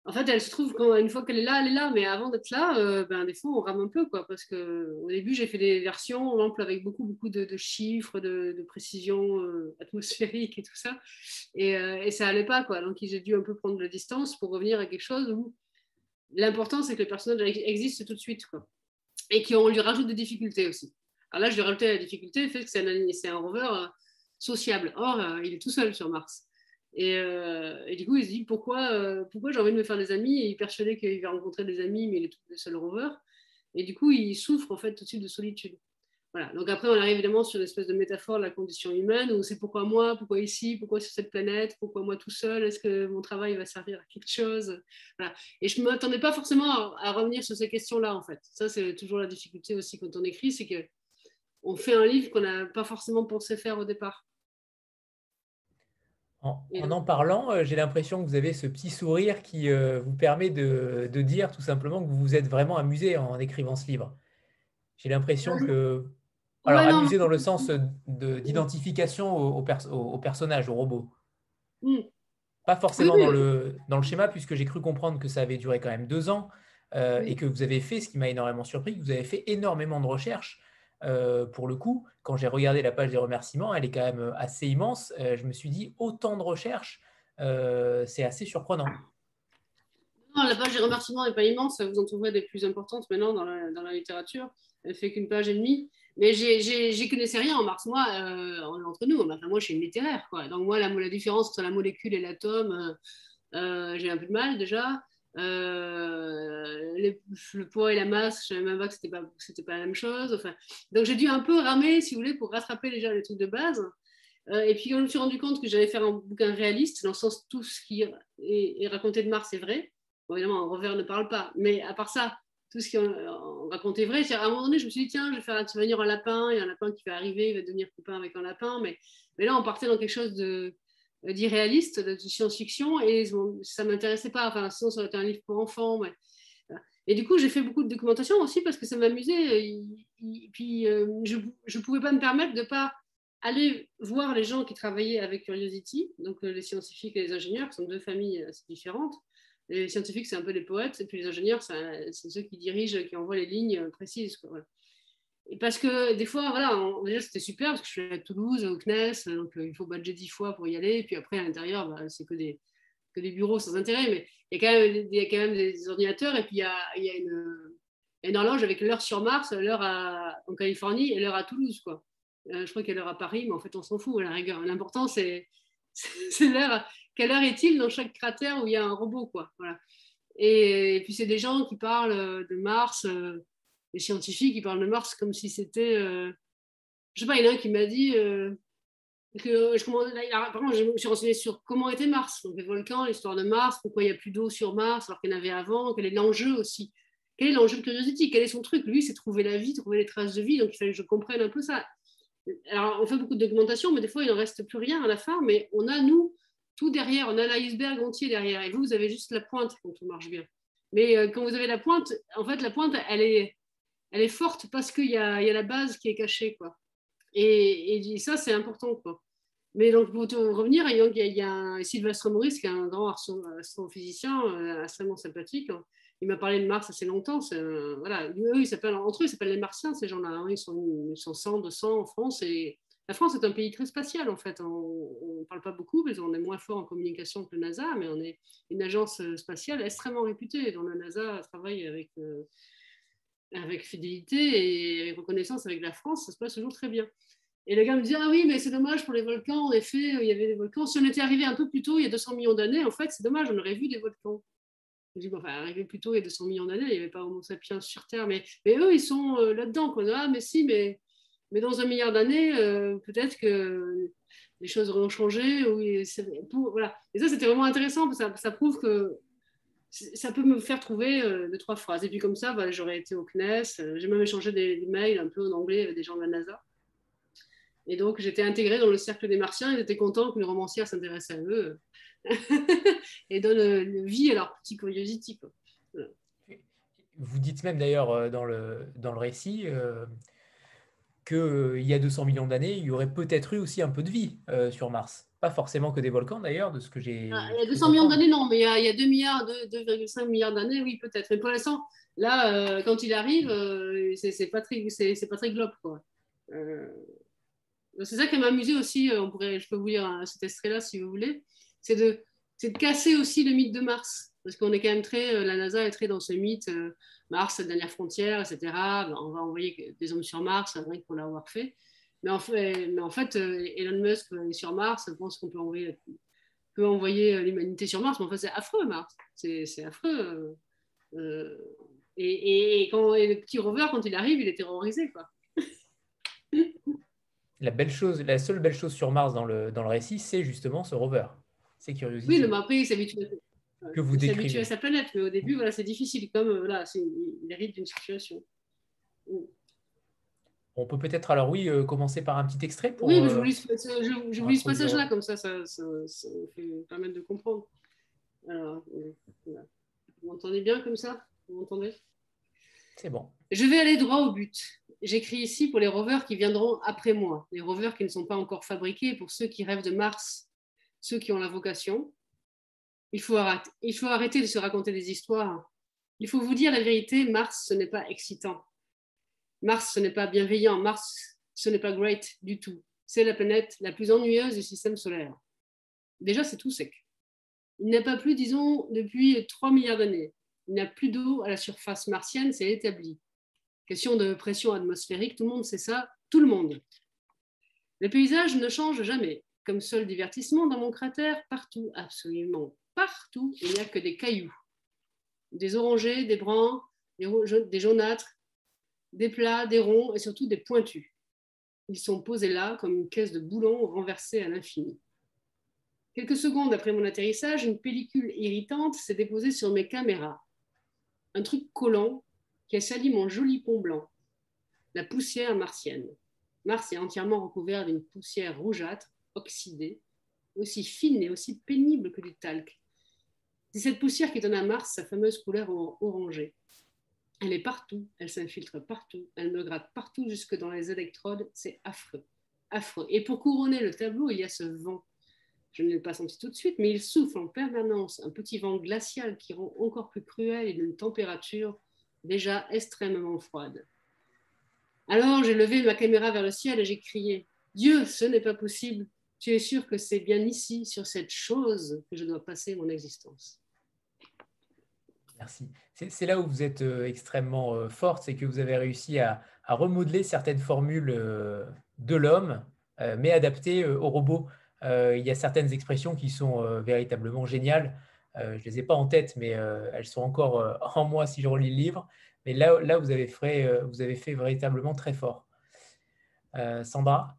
en fait, elle se trouve une fois qu'elle est là, elle est là. Mais avant d'être là, des fois, on rame un peu, quoi. Parce qu'au début, j'ai fait des versions amples avec beaucoup de chiffres, de précision atmosphérique et tout ça. Et ça allait pas, quoi. Donc, j'ai dû un peu prendre de la distance pour revenir à quelque chose où l'important, c'est que le personnage existe tout de suite, quoi. Et qu'on lui rajoute des difficultés aussi. Alors là, je lui ai rajouté la difficulté, le fait que c'est un rover sociable. Or, il est tout seul sur Mars. Et du coup, il se dit pourquoi j'ai envie de me faire des amis, et il est persuadé qu'il va rencontrer des amis, mais il est tout seul rover. Et du coup, il souffre en fait tout de suite de solitude. Voilà. Donc après, on arrive évidemment sur une espèce de métaphore de la condition humaine, où c'est pourquoi moi, pourquoi ici, pourquoi sur cette planète, pourquoi moi tout seul, est-ce que mon travail va servir à quelque chose, voilà. Et je ne m'attendais pas forcément à revenir sur ces questions-là, en fait. Ça, c'est toujours la difficulté aussi quand on écrit, c'est qu'on fait un livre qu'on n'a pas forcément pensé faire au départ. En parlant, j'ai l'impression que vous avez ce petit sourire qui vous permet de dire tout simplement que vous vous êtes vraiment amusé en écrivant ce livre. J'ai l'impression que... Alors, Ouais, non, amusé dans le sens d'identification au personnage, au robot. Pas forcément oui. dans le schéma, puisque j'ai cru comprendre que ça avait duré quand même 2 ans et que vous avez fait, ce qui m'a énormément surpris, que vous avez fait énormément de recherches. Pour le coup, quand j'ai regardé la page des remerciements, elle est quand même assez immense. Je me suis dit, autant de recherches, c'est assez surprenant. Non, la page des remerciements n'est pas immense, vous en trouverez des plus importantes maintenant dans la littérature. Elle fait qu'une page et demie. Mais j'y connaissais rien en Mars. Moi, entre nous, moi, je suis une littéraire, quoi. Donc, moi, la différence entre la molécule et l'atome, j'ai un peu de mal déjà. Le poids et la masse, je ne savais même pas que c'était pas la même chose. Enfin, donc, j'ai dû un peu ramer, si vous voulez, pour rattraper déjà les trucs de base. Et puis, quand je me suis rendu compte que j'allais faire un bouquin réaliste, dans le sens tout ce qui est raconté de Mars est vrai. Bon, évidemment, un rover ne parle pas, mais à part ça, tout ce qui est raconté est vrai. À un moment donné, je me suis dit, tiens, je vais faire intervenir un lapin, il y a un lapin qui va arriver, il va devenir copain avec un lapin. Mais là, on partait dans quelque chose d'irréaliste, de science-fiction, et ça ne m'intéressait pas. Enfin, sinon, ça aurait été un livre pour enfants. Mais, voilà. Et du coup, j'ai fait beaucoup de documentation aussi parce que ça m'amusait. Et puis, je ne pouvais pas me permettre de ne pas aller voir les gens qui travaillaient avec Curiosity, donc les scientifiques et les ingénieurs, qui sont deux familles assez différentes. Les scientifiques, c'est un peu les poètes, et puis les ingénieurs, c'est ceux qui dirigent, qui envoient les lignes précises, quoi, voilà. Et parce que des fois, voilà, déjà c'était super, parce que je suis à Toulouse, au CNES, donc il faut badger 10 fois pour y aller, et puis après à l'intérieur, c'est que des bureaux sans intérêt, mais il y a quand même des ordinateurs, et puis il y a une horloge avec l'heure sur Mars, l'heure en Californie et l'heure à Toulouse, quoi. Je crois qu'il y a l'heure à Paris, mais en fait on s'en fout à la rigueur. L'important c'est l'heure. Quelle heure est-il dans chaque cratère où il y a un robot, quoi. Voilà. Et puis c'est des gens qui parlent de Mars, des scientifiques qui parlent de Mars comme si c'était... je sais pas, il y en a un qui m'a dit par contre, je me suis renseignée sur comment était Mars, donc les volcans, l'histoire de Mars, pourquoi il n'y a plus d'eau sur Mars alors qu'il y en avait avant, quel est l'enjeu aussi. Quel est l'enjeu de Curiosity? Quel est son truc? Lui, c'est trouver la vie, trouver les traces de vie, donc il fallait que je comprenne un peu ça. Alors, on fait beaucoup de documentation, mais des fois, il n'en reste plus rien à la fin, mais on a, nous, tout derrière, on a l'iceberg entier derrière, et vous avez juste la pointe quand tout marche bien. Mais quand vous avez la pointe, en fait, la pointe, elle est forte parce qu'il y a la base qui est cachée, quoi. Et ça, c'est important, quoi. Mais donc, pour revenir, il y a Sylvestre Maurice, qui est un grand astrophysicien extrêmement sympathique. Il m'a parlé de Mars assez longtemps. Voilà. Eux, entre eux, ils s'appellent les Martiens, ces gens-là. Hein. Ils sont 100, 200 en France. Et la France est un pays très spatial, en fait. On ne parle pas beaucoup, mais on est moins fort en communication que le NASA, mais on est une agence spatiale extrêmement réputée, dont la NASA travaille avec fidélité et avec reconnaissance avec la France. Ça se passe toujours très bien. Et le gars me dit, ah oui, mais c'est dommage pour les volcans, en effet, il y avait des volcans. Si on était arrivé un peu plus tôt, il y a 200 millions d'années, en fait, c'est dommage, on aurait vu des volcans. Je dis, bon, enfin, arrivé plus tôt, il y a 200 millions d'années, il n'y avait pas Homo sapiens sur Terre, mais eux, ils sont là-dedans, quoi. Ah, mais si, mais dans 1 milliard d'années, peut-être que les choses auront changé. Voilà. Et ça, c'était vraiment intéressant, parce que ça prouve que ça peut me faire trouver 2-3 phrases. Et puis comme ça, j'aurais été au CNES, j'ai même échangé des mails un peu en anglais avec des gens de la NASA. Et donc, j'étais intégrée dans le cercle des Martiens. Ils étaient contents qu'une romancière s'intéresse à eux et donne vie à leur petit Curiosity, quoi. Voilà. Vous dites même d'ailleurs dans le récit qu'il y a 200 millions d'années, il y aurait peut-être eu aussi un peu de vie sur Mars. Pas forcément que des volcans d'ailleurs, de ce que j'ai. Il y a 200 millions d'années, non, mais il y a 2 milliards, 2,5 milliards d'années, oui, peut-être. Mais pour l'instant, là, quand il arrive, c'est pas très globe, quoi. C'est ça qui m'a amusé aussi, je peux vous lire cet extrait-là si vous voulez, c'est de casser aussi le mythe de Mars. Parce qu'on est quand même la NASA est très dans ce mythe, Mars, la dernière frontière, etc. On va envoyer des hommes sur Mars, rien que pour l'avoir fait. Mais en fait, Elon Musk est sur Mars, pense qu'on peut envoyer l'humanité sur Mars, mais en fait, c'est affreux, Mars. C'est affreux. Et le petit rover, quand il arrive, il est terrorisé, quoi. La seule belle chose sur Mars dans le récit, c'est justement ce rover. C'est Curiosity. Oui, mais après, il s'habitue décrivez à sa planète, mais au début, voilà, c'est difficile, comme il hérite d'une situation. On peut peut-être alors, oui, commencer par un petit extrait pour. Oui, mais je vous lis ce passage-là, comme ça fait permettre de comprendre. Alors, voilà. Vous m'entendez bien comme ça? Vous m'entendez? C'est bon. Je vais aller droit au but. J'écris ici pour les rovers qui viendront après moi, les rovers qui ne sont pas encore fabriqués, pour ceux qui rêvent de Mars, ceux qui ont la vocation. Il faut arrêter de se raconter des histoires. Il faut vous dire la vérité, Mars, ce n'est pas excitant. Mars, ce n'est pas bienveillant. Mars, ce n'est pas great du tout. C'est la planète la plus ennuyeuse du système solaire. Déjà, c'est tout sec. Il n'y a pas plus, disons, depuis 3 milliards d'années. Il n'y a plus d'eau à la surface martienne, c'est établi. Question de pression atmosphérique, tout le monde sait ça, tout le monde. Le paysage ne change jamais. Comme seul divertissement dans mon cratère, partout, absolument partout, il n'y a que des cailloux. Des orangés, des bruns, des jaunâtres, des plats, des ronds et surtout des pointus. Ils sont posés là comme une caisse de boulons renversée à l'infini. Quelques secondes après mon atterrissage, une pellicule irritante s'est déposée sur mes caméras. Un truc collant qui a sali mon joli pont blanc. La poussière martienne. Mars est entièrement recouvert d'une poussière rougeâtre, oxydée, aussi fine et aussi pénible que du talc. C'est cette poussière qui donne à Mars sa fameuse couleur orangée. Elle est partout, elle s'infiltre partout, elle me gratte partout jusque dans les électrodes, c'est affreux, affreux. Et pour couronner le tableau, il y a ce vent. Je ne l'ai pas senti tout de suite, mais il souffle en permanence, un petit vent glacial qui rend encore plus cruel une température déjà extrêmement froide. Alors j'ai levé ma caméra vers le ciel et j'ai crié « Dieu, ce n'est pas possible, tu es sûr que c'est bien ici, sur cette chose, que je dois passer mon existence ?» Merci. C'est là où vous êtes extrêmement forte, c'est que vous avez réussi à remodeler certaines formules de l'homme, mais adaptées au robot. Il y a certaines expressions qui sont véritablement géniales. Je ne les ai pas en tête, mais elles sont encore en moi si je relis le livre. Mais là vous avez fait véritablement très fort. Sandra?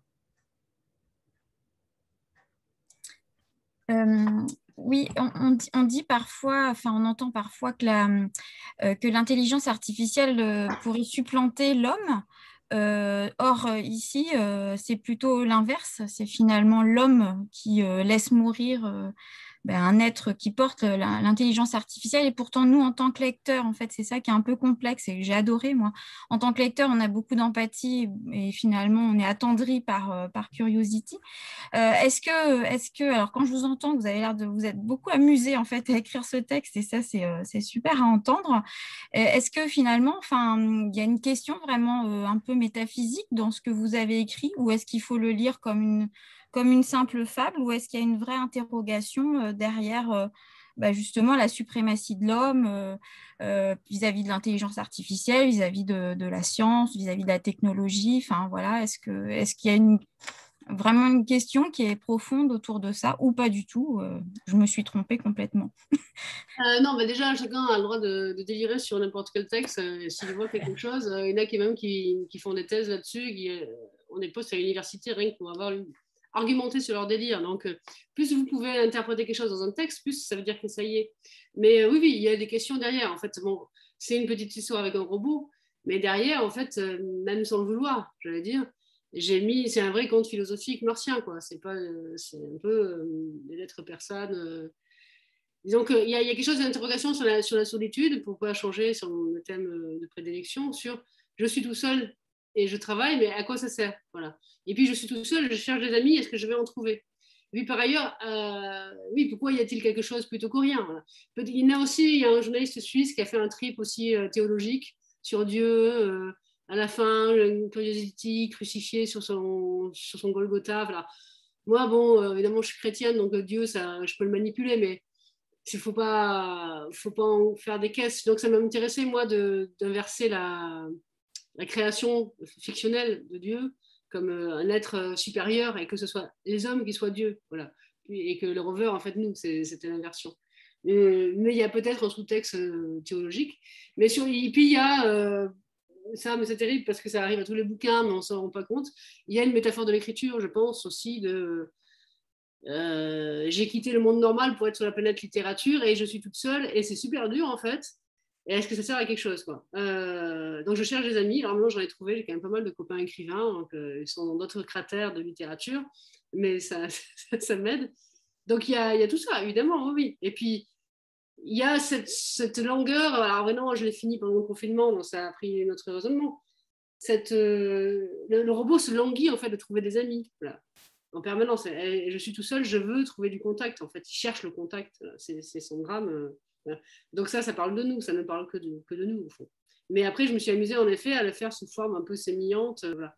Oui, on dit parfois, enfin on entend parfois que l'intelligence artificielle pourrait supplanter l'homme. Or, ici, c'est plutôt l'inverse. C'est finalement l'homme qui laisse mourir un être qui porte l'intelligence artificielle. Et pourtant, nous, en tant que lecteurs, en fait, c'est ça qui est un peu complexe et que j'ai adoré, moi. En tant que lecteur, on a beaucoup d'empathie et finalement, on est attendri par Curiosity. Est-ce que, alors quand je vous entends, vous avez l'air de vous être beaucoup amusé en fait à écrire ce texte et ça c'est super à entendre. Est-ce que finalement, enfin, il y a une question vraiment un peu métaphysique dans ce que vous avez écrit ou est-ce qu'il faut le lire comme une simple fable ou est-ce qu'il y a une vraie interrogation derrière justement la suprématie de l'homme vis-à-vis de l'intelligence artificielle, vis-à-vis de la science, vis-à-vis de la technologie. Enfin voilà, est-ce qu'il y a vraiment une question qui est profonde autour de ça ou pas du tout? Je me suis trompée complètement. Non, mais déjà, chacun a le droit de délirer sur n'importe quel texte. S'il voit quelque chose, il y en a qui font des thèses là-dessus. On est postes à l'université rien que pour avoir argumenté sur leur délire. Donc, plus vous pouvez interpréter quelque chose dans un texte, plus ça veut dire que ça y est. Mais oui, il y a des questions derrière. En fait, bon, c'est une petite histoire avec un robot, mais derrière, en fait, même sans le vouloir, j'allais dire, c'est un vrai conte philosophique martien, quoi. C'est un peu des lettres persanes. Disons qu'il y a quelque chose d'interrogation sur la solitude, pourquoi changer sur le thème de prédilection, sur je suis tout seul et je travaille, mais à quoi ça sert, voilà. Et puis je suis tout seul, je cherche des amis, est-ce que je vais en trouver? Et puis par ailleurs, oui, pourquoi y a-t-il quelque chose plutôt qu'au rien, voilà. Il y a un journaliste suisse qui a fait un trip aussi théologique sur Dieu, à la fin, une curiosité crucifiée sur son Golgotha. Voilà. Moi, bon, évidemment, je suis chrétienne, donc Dieu, ça, je peux le manipuler, mais il ne faut pas en faire des caisses. Donc ça m'a intéressé, moi, d'inverser la création fictionnelle de Dieu comme un être supérieur, et que ce soit les hommes qui soient Dieu, voilà. Et que le rover, en fait, nous, c'était l'inversion. Mais il y a peut-être un sous-texte théologique. Et puis il y a, ça, mais c'est terrible parce que ça arrive à tous les bouquins, mais on ne s'en rend pas compte, il y a une métaphore de l'écriture, je pense, aussi de... j'ai quitté le monde normal pour être sur la planète littérature et je suis toute seule et c'est super dur, en fait. Et est-ce que ça sert à quelque chose, quoi. Donc je cherche des amis. Alors maintenant j'en ai trouvé, j'ai quand même pas mal de copains écrivains, donc, ils sont dans d'autres cratères de littérature, mais ça m'aide. Donc il y a tout ça, évidemment, oui. Et puis il y a cette longueur. Alors vraiment, je l'ai fini pendant le confinement, donc ça a pris notre raisonnement. Le robot se languit, en fait, de trouver des amis, voilà, en permanence. Et je suis tout seul, je veux trouver du contact, en fait. Il cherche le contact, c'est son drame. Voilà. Donc ça parle de nous, ça ne parle que de nous, au fond. Mais après, je me suis amusée, en effet, à le faire sous forme un peu sémillante, voilà.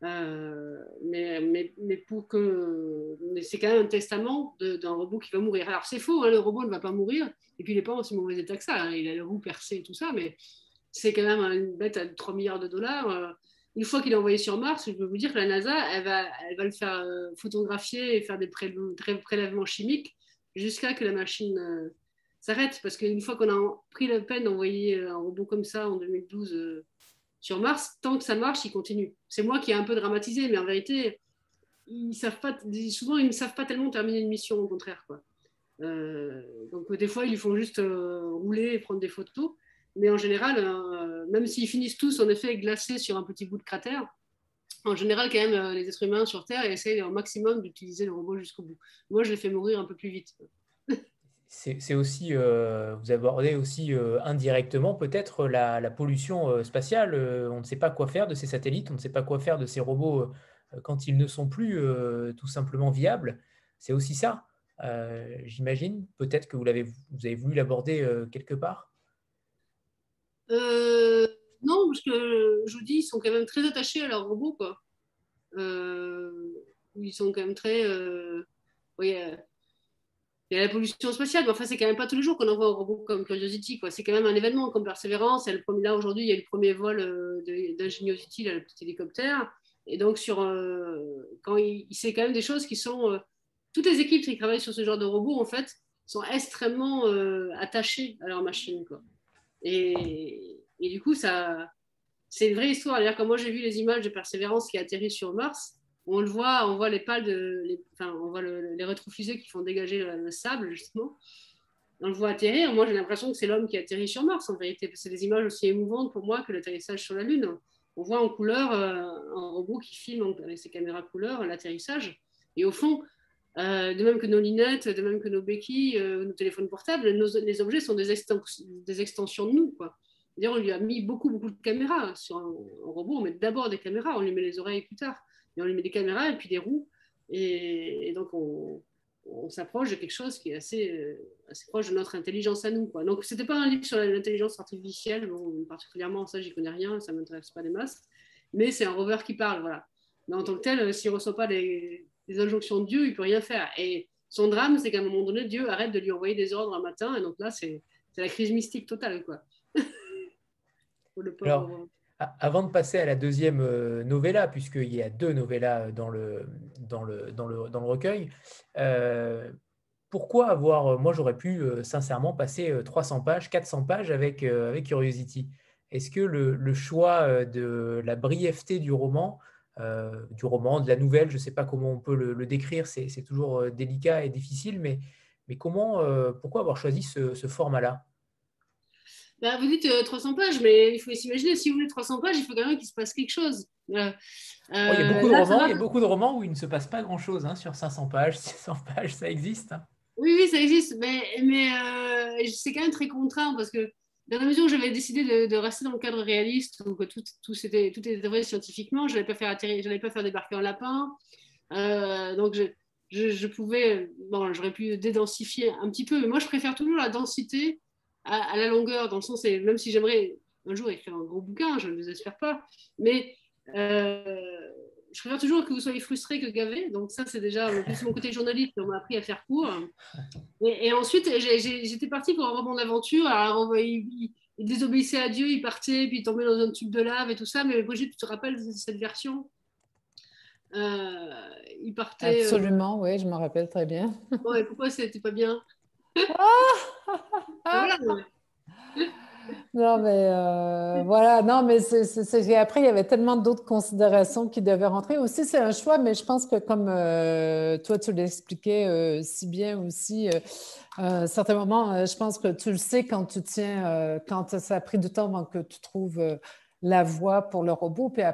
Mais c'est quand même un testament d'un robot qui va mourir. Alors c'est faux, hein, le robot ne va pas mourir, et puis il n'est pas en si mauvais état que ça, hein. Il a le roue percé et tout ça, mais c'est quand même une bête à 3 milliards de dollars. Une fois qu'il est envoyé sur Mars, je peux vous dire que la NASA, elle va le faire photographier et faire des prélèvements chimiques jusqu'à que la machine s'arrête, parce qu'une fois qu'on a pris la peine d'envoyer un robot comme ça en 2012 sur Mars, tant que ça marche, il continue. C'est moi qui ai un peu dramatisé, mais en vérité, souvent ils ne savent pas tellement terminer une mission, au contraire, quoi. Donc des fois, ils lui font juste rouler et prendre des photos, mais en général, même s'ils finissent tous en effet glacés sur un petit bout de cratère, en général, quand même, les êtres humains sur Terre essayent au maximum d'utiliser le robot jusqu'au bout. Moi, je l'ai fait mourir un peu plus vite. C'est aussi, vous abordez aussi indirectement peut-être la pollution spatiale. On ne sait pas quoi faire de ces satellites, on ne sait pas quoi faire de ces robots quand ils ne sont plus tout simplement viables. C'est aussi ça, j'imagine. Peut-être que vous avez voulu l'aborder quelque part. Non, parce que je vous dis, ils sont quand même très attachés à leurs robots, quoi. Ils sont quand même très... oui, il y a la pollution spatiale, mais enfin, c'est quand même pas tous les jours qu'on envoie un robot comme Curiosity, quoi. C'est quand même un événement comme Perseverance. Là, aujourd'hui, il y a eu le premier vol d'Ingenuity, le petit hélicoptère. Et donc, c'est quand même des choses qui sont... toutes les équipes qui travaillent sur ce genre de robot, en fait, sont extrêmement attachées à leur machine, quoi. Et du coup, c'est une vraie histoire. D'ailleurs, quand moi j'ai vu les images de Perseverance qui atterrit sur Mars, on voit les pales on voit les rétrofusées qui font dégager le sable, justement. On le voit atterrir. Moi, j'ai l'impression que c'est l'homme qui atterrit sur Mars, en vérité. C'est des images aussi émouvantes pour moi que l'atterrissage sur la Lune. On voit en couleur un robot qui filme avec ses caméras couleur l'atterrissage. Et au fond, de même que nos lunettes, de même que nos béquilles, nos téléphones portables, les objets sont des extensions de nous, quoi. D'ailleurs, on lui a mis beaucoup de caméras. Sur un robot, on met d'abord des caméras, on lui met les oreilles plus tard. Et on lui met des caméras et puis des roues. Et donc, on s'approche de quelque chose qui est assez proche de notre intelligence à nous, quoi. Donc, ce n'était pas un livre sur l'intelligence artificielle. Bon, particulièrement, ça, j'y connais rien, ça ne m'intéresse pas des masses. Mais c'est un rover qui parle, voilà. Mais en tant que tel, s'il ne reçoit pas les injonctions de Dieu, il ne peut rien faire. Et son drame, c'est qu'à un moment donné, Dieu arrête de lui envoyer des ordres un matin. Et donc là, c'est la crise mystique totale, quoi. Alors, avant de passer à la deuxième novella, puisqu'il y a 2 novellas dans le recueil, pourquoi avoir... Moi, j'aurais pu sincèrement passer 300 pages, 400 pages avec Curiosity. Est-ce que le choix de la brièveté du roman, de la nouvelle, je ne sais pas comment on peut le décrire, c'est toujours délicat et difficile, mais pourquoi avoir choisi ce format-là ? Bah, vous dites 300 pages, mais il faut s'imaginer, si vous voulez 300 pages, il faut quand même qu'il se passe quelque chose. Il y a beaucoup de romans où il ne se passe pas grand-chose, hein, sur 500 pages, 600 pages, ça existe. Hein. Oui, ça existe, mais c'est quand même très contraint, parce que dans la mesure où j'avais décidé de rester dans le cadre réaliste, où que tout était vrai scientifiquement, je n'allais pas faire débarquer un lapin. Donc je pouvais, bon, j'aurais pu dédensifier un petit peu, mais moi, je préfère toujours la densité à la longueur, dans le sens, et même si j'aimerais un jour écrire un gros bouquin, je ne les espère pas, mais je préfère toujours que vous soyez frustré que gavé. Donc ça, c'est déjà plus mon côté journaliste. On m'a appris à faire court. Et ensuite, j'étais partie pour un roman d'aventure. Alors, il désobéissait à Dieu, il partait, puis il tombait dans un tube de lave et tout ça. Mais Brigitte, tu te rappelles de cette version? Il partait... Absolument, oui, je me rappelle très bien. Bon, et pourquoi c'était pas bien? Voilà. Non, mais voilà, non, mais après, il y avait tellement d'autres considérations qui devaient rentrer. Aussi, c'est un choix, mais je pense que comme toi, tu l'expliquais si bien aussi, à un certain moment, je pense que tu le sais quand tu tiens, quand ça a pris du temps avant que tu trouves la voix pour le robot, puis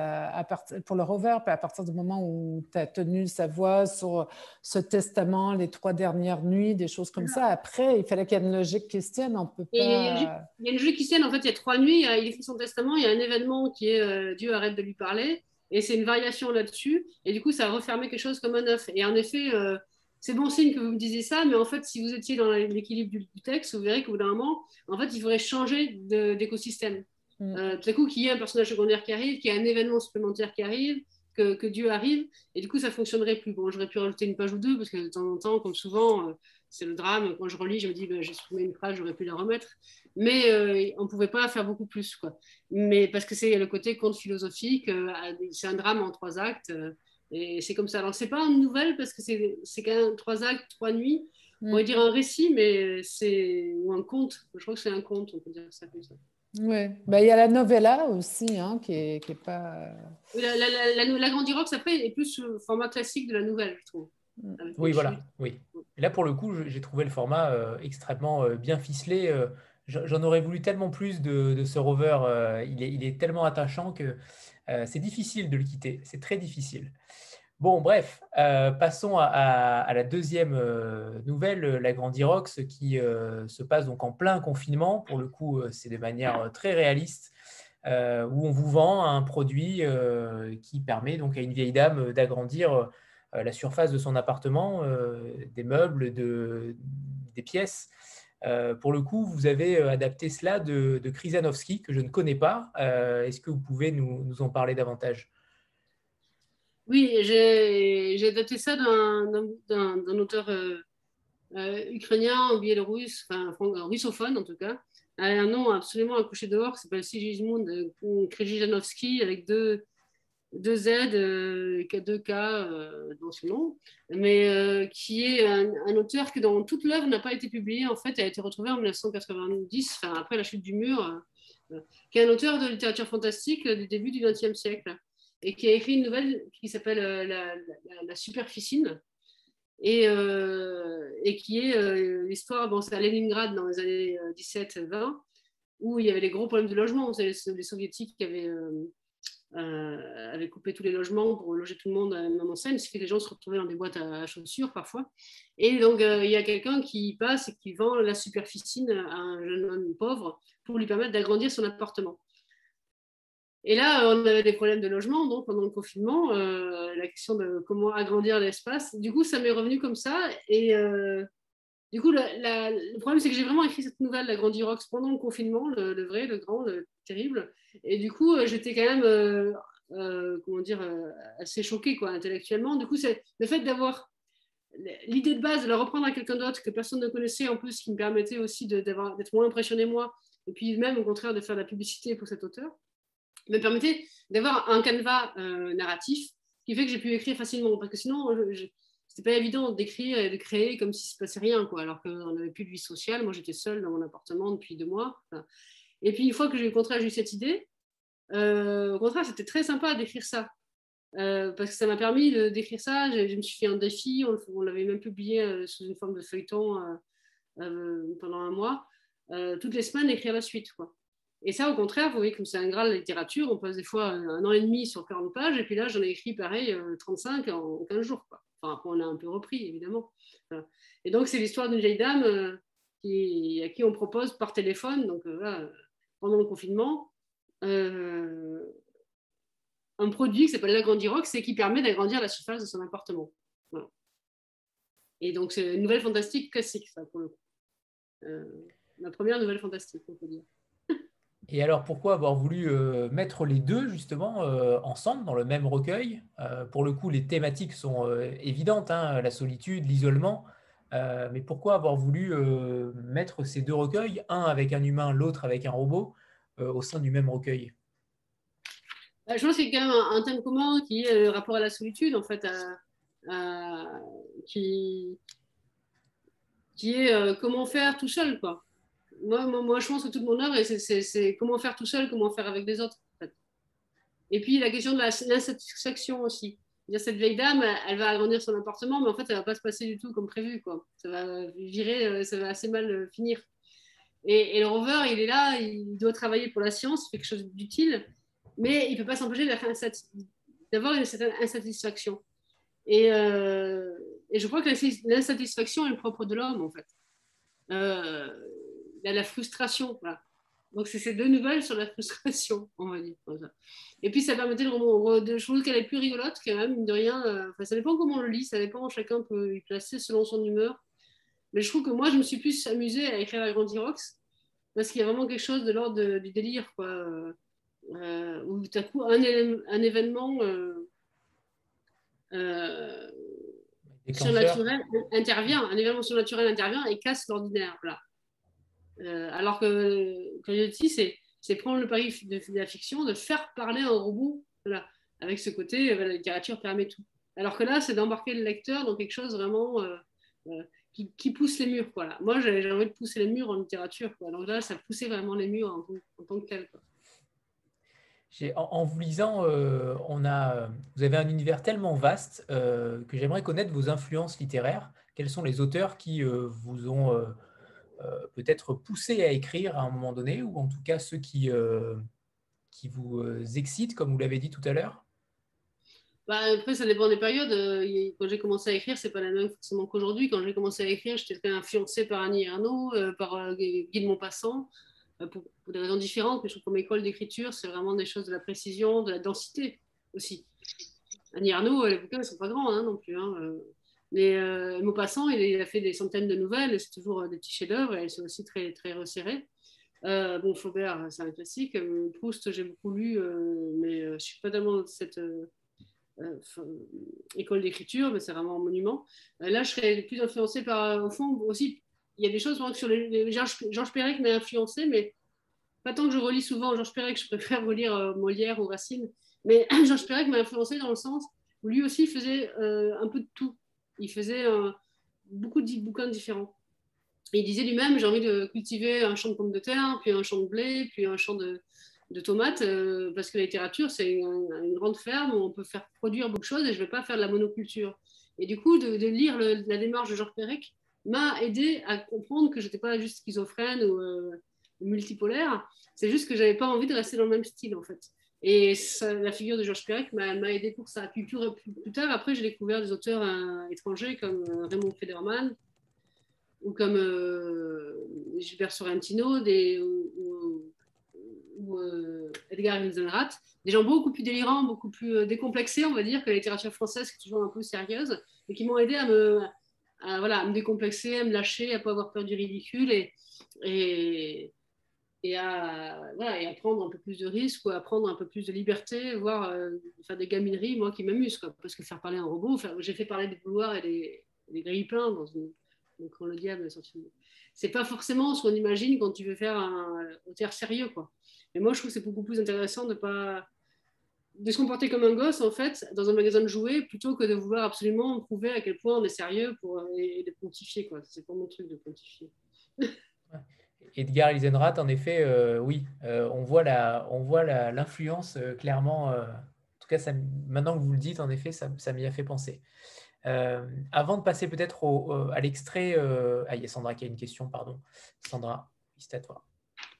pour le rover, puis à partir du moment où tu as tenu sa voix sur ce testament, les 3 dernières nuits, des choses comme ça, après, il fallait qu'il y ait une logique qui se tienne, on peut pas... Il y a une logique qui se tienne, en fait, il y a 3 nuits, il écrit son testament, il y a un événement qui est Dieu arrête de lui parler, et c'est une variation là-dessus, et du coup, ça a refermé quelque chose comme un œuf. Et en effet, c'est bon signe que vous me disiez ça, mais en fait, si vous étiez dans l'équilibre du texte, vous verrez qu'au bout d'un moment, en fait, il faudrait changer d'écosystème. Tout à coup, qu'il y ait un personnage secondaire qui arrive, qu'il y ait un événement supplémentaire qui arrive, que Dieu arrive, et du coup, ça fonctionnerait plus. Bon, j'aurais pu rajouter une page ou deux, parce que de temps en temps, comme souvent, c'est le drame. Quand je relis, je me dis, j'ai supprimé une phrase, j'aurais pu la remettre. Mais on ne pouvait pas faire beaucoup plus, quoi. Mais parce que c'est le côté conte philosophique, c'est un drame en 3 actes, et c'est comme ça. Alors, c'est pas une nouvelle, parce que c'est quand même 3 actes, 3 nuits. On pourrait dire un récit, mais ou un conte. Je crois que c'est un conte, on peut dire ça comme ça. Oui, ben, il y a la novella aussi, hein, qui est pas... La Grandirox, après, est plus le format classique de la nouvelle, je trouve. Oui, voilà. Oui. Et là, pour le coup, j'ai trouvé le format extrêmement bien ficelé. J'en aurais voulu tellement plus de ce rover. Il est tellement attachant que c'est difficile de le quitter. C'est très difficile. Bon, bref, passons à la deuxième nouvelle, la Grandirox, qui se passe donc en plein confinement. Pour le coup, c'est de manière très réaliste, où on vous vend un produit qui permet donc à une vieille dame d'agrandir la surface de son appartement, des meubles, des pièces. Pour le coup, vous avez adapté cela de Krzyzanowski, que je ne connais pas. Est-ce que vous pouvez nous en parler davantage ? Oui, j'ai adapté ça d'un auteur ukrainien ou biélorusse, enfin russophone en tout cas, un nom absolument à coucher dehors, qui s'appelle Sigismund Krzyzanowski, avec deux Z, 2K dans son nom, mais qui est un auteur que dans toute l'œuvre n'a pas été publiée. En fait, elle a été retrouvée en 1990, enfin, après la chute du mur, qui est un auteur de littérature fantastique du début du XXe siècle, et qui a écrit une nouvelle qui s'appelle la Superficine, et qui est l'histoire, bon, c'est à Leningrad dans les années 17-20, où il y avait les gros problèmes de logement. Vous savez, les soviétiques qui avaient coupé tous les logements pour loger tout le monde à la même enseigne, ce qui fait que les gens se retrouvaient dans des boîtes à chaussures parfois. Et donc, il y a quelqu'un qui passe et qui vend la Superficine à un jeune homme pauvre pour lui permettre d'agrandir son appartement. Et là, on avait des problèmes de logement, donc pendant le confinement, la question de comment agrandir l'espace. Du coup, ça m'est revenu comme ça. Et du coup, le problème, c'est que j'ai vraiment écrit cette nouvelle, la Grandirox, pendant le confinement, le vrai, le grand, le terrible. Et du coup, j'étais quand même, comment dire, assez choquée, quoi, intellectuellement. Du coup, c'est le fait d'avoir l'idée de base de la reprendre à quelqu'un d'autre que personne ne connaissait, en plus, qui me permettait aussi d'être moins impressionné moi, et puis même, au contraire, de faire de la publicité pour cet auteur, me permettait d'avoir un canevas narratif qui fait que j'ai pu écrire facilement. Parce que sinon, c'était pas évident d'écrire et de créer comme si ne se passait rien, quoi, alors qu'on n'avait plus de vie sociale. Moi, j'étais seule dans mon appartement depuis 2 mois. Enfin. Et puis, une fois que j'ai eu cette idée, au contraire, c'était très sympa d'écrire ça. Parce que ça m'a permis d'écrire ça. Je me suis fait un défi. On l'avait même publié sous une forme de feuilleton pendant 1 mois. Toutes les semaines, écrire la suite, quoi. Et ça, au contraire, vous voyez, comme c'est un graal de la littérature, on passe des fois 1 an et demi sur 40 pages, et puis là, j'en ai écrit pareil 35 en 15 jours, quoi. Enfin, après, on a un peu repris, évidemment. Voilà. Et donc, c'est l'histoire d'une vieille dame à qui on propose par téléphone, donc pendant le confinement, un produit qui s'appelle la Grandirox et qui permet d'agrandir la surface de son appartement. Voilà. Et donc, c'est une nouvelle fantastique classique, ça, pour le coup. Ma première nouvelle fantastique, on peut dire. Et alors, pourquoi avoir voulu mettre les deux, justement, ensemble, dans le même recueil? Pour le coup, les thématiques sont évidentes, hein, la solitude, l'isolement. Mais pourquoi avoir voulu mettre ces deux recueils, un avec un humain, l'autre avec un robot, au sein du même recueil? Je pense qu'il y a quand même un thème commun qui est le rapport à la solitude, en fait, qui est comment faire tout seul, quoi. Moi, je pense que toute mon œuvre, c'est comment faire tout seul, comment faire avec les autres, en fait. Et puis, la question de l'insatisfaction aussi. Cette vieille dame, elle va agrandir son appartement, mais en fait, ça ne va pas se passer du tout comme prévu, quoi. Ça va virer, ça va assez mal finir. Et le rover, il est là, il doit travailler pour la science, il fait quelque chose d'utile, mais il ne peut pas s'empêcher d'avoir une certaine insatisfaction. Et je crois que l'insatisfaction est le propre de l'homme, en fait. La frustration, voilà. Donc, c'est ces deux nouvelles sur la frustration, on va dire. Comme ça. Et puis, ça permettait je trouve qu'elle est plus rigolote, quand même, mine de rien. Ça dépend comment on le lit, ça dépend, chacun peut y placer selon son humeur. Mais je trouve que moi, je me suis plus amusée à écrire la Grande Irox, parce qu'il y a vraiment quelque chose de l'ordre du délire, quoi. Où tout à coup, un événement surnaturel intervient, un événement surnaturel intervient et casse l'ordinaire. Voilà. Alors que Coyote, c'est prendre le pari de la fiction, de faire parler un robot, voilà, avec ce côté, la littérature permet tout. Alors que là, c'est d'embarquer le lecteur dans quelque chose vraiment qui pousse les murs. Quoi, là. Moi, j'ai envie de pousser les murs en littérature. Quoi. Donc là, ça poussait vraiment les murs en tant que tel. Quoi. En vous lisant, vous avez un univers tellement vaste que j'aimerais connaître vos influences littéraires. Quels sont les auteurs qui vous ont peut-être poussé à écrire à un moment donné, ou en tout cas ceux qui vous excitent, comme vous l'avez dit tout à l'heure? Après, ça dépend des périodes. Quand j'ai commencé à écrire, c'est pas la même forcément qu'aujourd'hui. Quand j'ai commencé à écrire, j'étais très influencée par Annie Ernaux, par Guy de Maupassant, pour des raisons différentes. Mais je trouve que comme école d'écriture, c'est vraiment des choses de la précision, de la densité aussi. Annie Ernaux, les bouquins ne sont pas grands non plus. Mais Maupassant, il a fait des centaines de nouvelles, et c'est toujours des petits chefs-d'œuvre, et c'est aussi très, très resserré. Flaubert, c'est un classique. Proust, j'ai beaucoup lu, mais je ne suis pas tellement de cette école d'écriture, mais c'est vraiment un monument. Là, je serais plus influencée par, au fond, aussi, il y a des choses sur Georges Perec m'a influencée, mais pas tant que je relis souvent Georges Perec, je préfère relire Molière ou Racine, mais Georges Perec m'a influencée dans le sens où lui aussi faisait un peu de tout. Il faisait beaucoup de bouquins différents. Et il disait lui-même, j'ai envie de cultiver un champ de pommes de terre, puis un champ de blé, puis un champ de tomates, parce que la littérature, c'est une grande ferme où on peut faire produire beaucoup de choses et je ne vais pas faire de la monoculture. Et du coup, de lire la démarche de Georges Perec m'a aidé à comprendre que je n'étais pas juste schizophrène ou multipolaire, c'est juste que je n'avais pas envie de rester dans le même style, en fait. Et la figure de Georges Perec m'a aidé pour ça. Puis plus tard, après, j'ai découvert des auteurs étrangers comme Raymond Federman, ou comme Gilbert Sorrentino, ou Edgar Hilsenrath, des gens beaucoup plus délirants, beaucoup plus décomplexés, on va dire, que la littérature française, qui est toujours un peu sérieuse, et qui m'ont aidé à me décomplexer, à me lâcher, à ne pas avoir peur du ridicule, et à prendre un peu plus de risques, ou à prendre un peu plus de liberté, voire faire des gamineries, moi, qui m'amusent, parce que faire parler un robot, j'ai fait parler des bouloirs et des grille-pains quand le diable est sorti. C'est pas forcément ce qu'on imagine quand tu veux faire un auteur sérieux, quoi. Mais moi, je trouve que c'est beaucoup plus intéressant de se comporter comme un gosse, en fait, dans un magasin de jouets, plutôt que de vouloir absolument prouver à quel point on est sérieux et de pontifier, quoi. C'est pas mon truc de pontifier. Edgar Hilsenrath, en effet, oui, on voit l'influence clairement. En tout cas, maintenant que vous le dites, en effet, ça m'y a fait penser. Avant de passer peut-être à l'extrait, il y a Sandra qui a une question, pardon. Sandra, c'est à toi.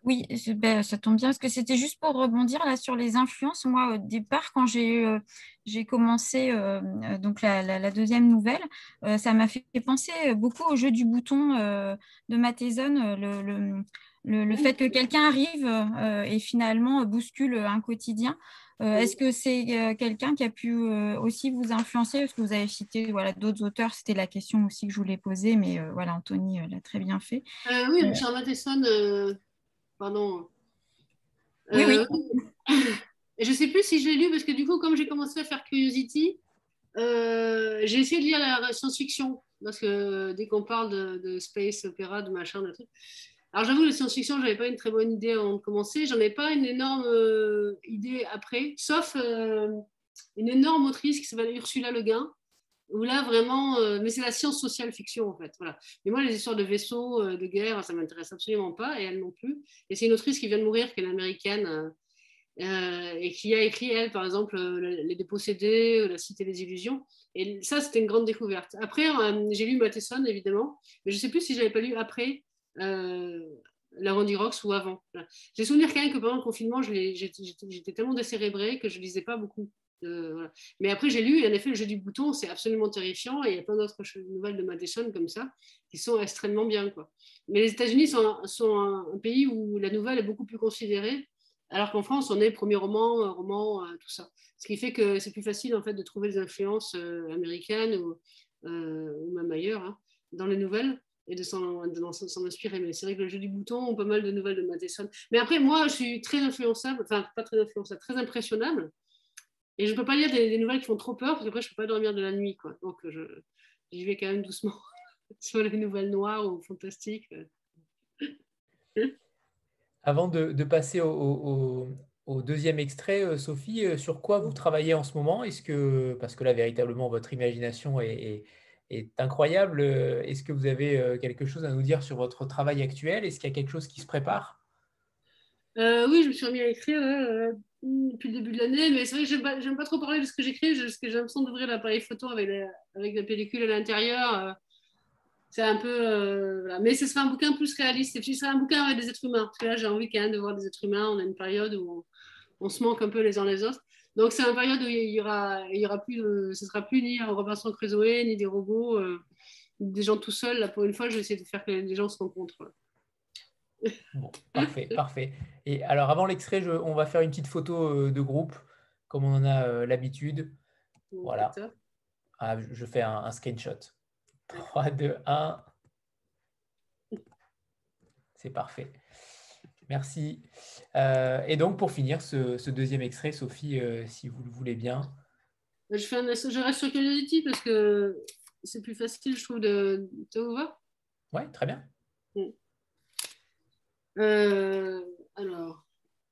Oui, ben, ça tombe bien parce que c'était juste pour rebondir là sur les influences. Moi, au départ, quand j'ai commencé donc la deuxième nouvelle, ça m'a fait penser beaucoup au jeu du bouton de Matheson, le fait que quelqu'un arrive et finalement bouscule un quotidien. Est-ce que c'est quelqu'un qui a pu aussi vous influencer? Parce que vous avez cité voilà, d'autres auteurs, c'était la question aussi que je voulais poser, mais voilà, Anthony l'a très bien fait. Oui, Richard Matheson, pardon. Oui, oui. Je ne sais plus si je l'ai lu, parce que du coup, comme j'ai commencé à faire Curiosity, j'ai essayé de lire la science-fiction, parce que dès qu'on parle de space opéra, de machin, de trucs. Alors j'avoue, la science-fiction, je n'avais pas une très bonne idée avant de commencer. J'en ai pas une énorme idée après, sauf une énorme autrice qui s'appelle Ursula Le Guin, où là vraiment, mais c'est la science sociale fiction en fait. Voilà. Mais moi, les histoires de vaisseaux, de guerre, ça m'intéresse absolument pas, et elle non plus. Et c'est une autrice qui vient de mourir, qui est une américaine. Et qui a écrit, elle, par exemple, Les Dépossédés, La Cité des Illusions. Et ça, c'était une grande découverte. Après, j'ai lu Matheson, évidemment, mais je ne sais plus si je n'avais pas lu après La Randy Rocks ou avant. Voilà. J'ai souvenir quand même que pendant le confinement, j'étais tellement décérébrée que je ne lisais pas beaucoup. Voilà. Mais après, j'ai lu, et en effet, Le Jeu du Bouton, c'est absolument terrifiant, et il y a plein d'autres nouvelles de Matheson comme ça, qui sont extrêmement bien, quoi. Mais les États-Unis sont un pays où la nouvelle est beaucoup plus considérée, alors qu'en France, on est premier roman, tout ça. Ce qui fait que c'est plus facile en fait de trouver des influences américaines ou même ailleurs hein, dans les nouvelles et de s'en inspirer. Mais c'est vrai que Le Jeu du Bouton ont pas mal de nouvelles de Matheson. Mais après, moi, je suis très influençable, enfin pas très influençable, très impressionnable. Et je ne peux pas lire des nouvelles qui font trop peur, parce qu'après, je ne peux pas dormir de la nuit, quoi. Donc, j'y vais quand même doucement sur les nouvelles noires ou fantastiques. Avant de passer au deuxième extrait, Sophie, sur quoi vous travaillez en ce moment? Parce que là, véritablement, votre imagination est incroyable. Est-ce que vous avez quelque chose à nous dire sur votre travail actuel? Est-ce qu'il y a quelque chose qui se prépare? Oui, je me suis remis à écrire depuis le début de l'année, mais c'est vrai que j'aime pas trop parler de ce que j'écris, parce que j'ai l'impression d'ouvrir l'appareil photo avec la pellicule à l'intérieur. C'est un peu. Voilà. Mais ce sera un bouquin plus réaliste. Et puis, ce sera un bouquin avec des êtres humains. Parce que là, j'ai envie quand même de voir des êtres humains. On a une période où on se manque un peu les uns les autres. Donc, c'est une période où il y aura plus ce sera plus ni un Robinson Crusoe, ni des robots, des gens tout seuls. Là, pour une fois, je vais essayer de faire que les gens se rencontrent. Bon, parfait, parfait. Et alors, avant l'extrait, on va faire une petite photo de groupe, comme on en a l'habitude. Voilà. Ah, je fais un screenshot. 3, 2, 1. C'est parfait. Merci. Et donc, pour finir ce deuxième extrait, Sophie, si vous le voulez bien. Je reste sur Curiosity parce que c'est plus facile, je trouve, de vous voir. Oui, très bien. Alors,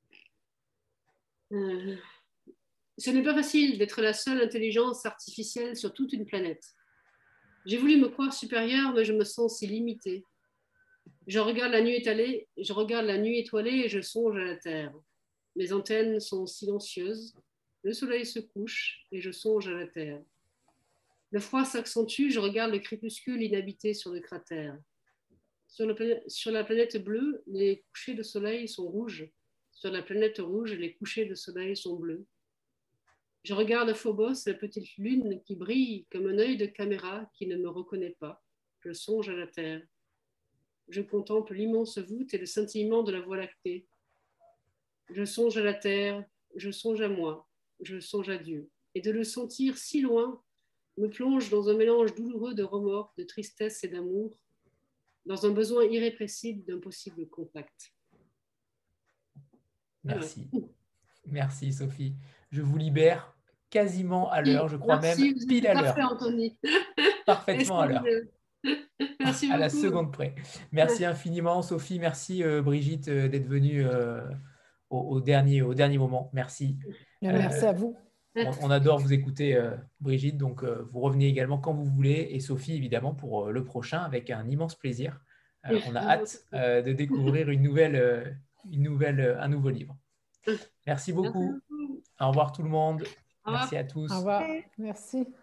ce n'est pas facile d'être la seule intelligence artificielle sur toute une planète. J'ai voulu me croire supérieure, mais je me sens si limitée. Je regarde la nuit étoilée et je songe à la Terre. Mes antennes sont silencieuses. Le soleil se couche et je songe à la Terre. Le froid s'accentue, je regarde le crépuscule inhabité sur le cratère. Sur la planète bleue, les couchers de soleil sont rouges. Sur la planète rouge, les couchers de soleil sont bleus. Je regarde Phobos, la petite lune qui brille comme un œil de caméra qui ne me reconnaît pas. Je songe à la Terre. Je contemple l'immense voûte et le scintillement de la Voie lactée. Je songe à la Terre, je songe à moi, je songe à Dieu. Et de le sentir si loin me plonge dans un mélange douloureux de remords, de tristesse et d'amour, dans un besoin irrépressible d'un possible contact. Merci. Merci, Sophie. Je vous libère quasiment à l'heure, je crois. Merci, même pile à l'heure. Parfait, Anthony. Parfaitement à l'heure. Merci beaucoup. À la seconde près. Merci infiniment, Sophie. Merci, Brigitte, d'être venue au dernier moment. Merci. Merci à vous. On adore vous écouter, Brigitte. Donc, vous revenez également quand vous voulez. Et Sophie, évidemment, pour le prochain, avec un immense plaisir. On a hâte de découvrir un nouveau livre. Merci beaucoup. Au revoir tout le monde. Merci à tous. Au revoir. Merci.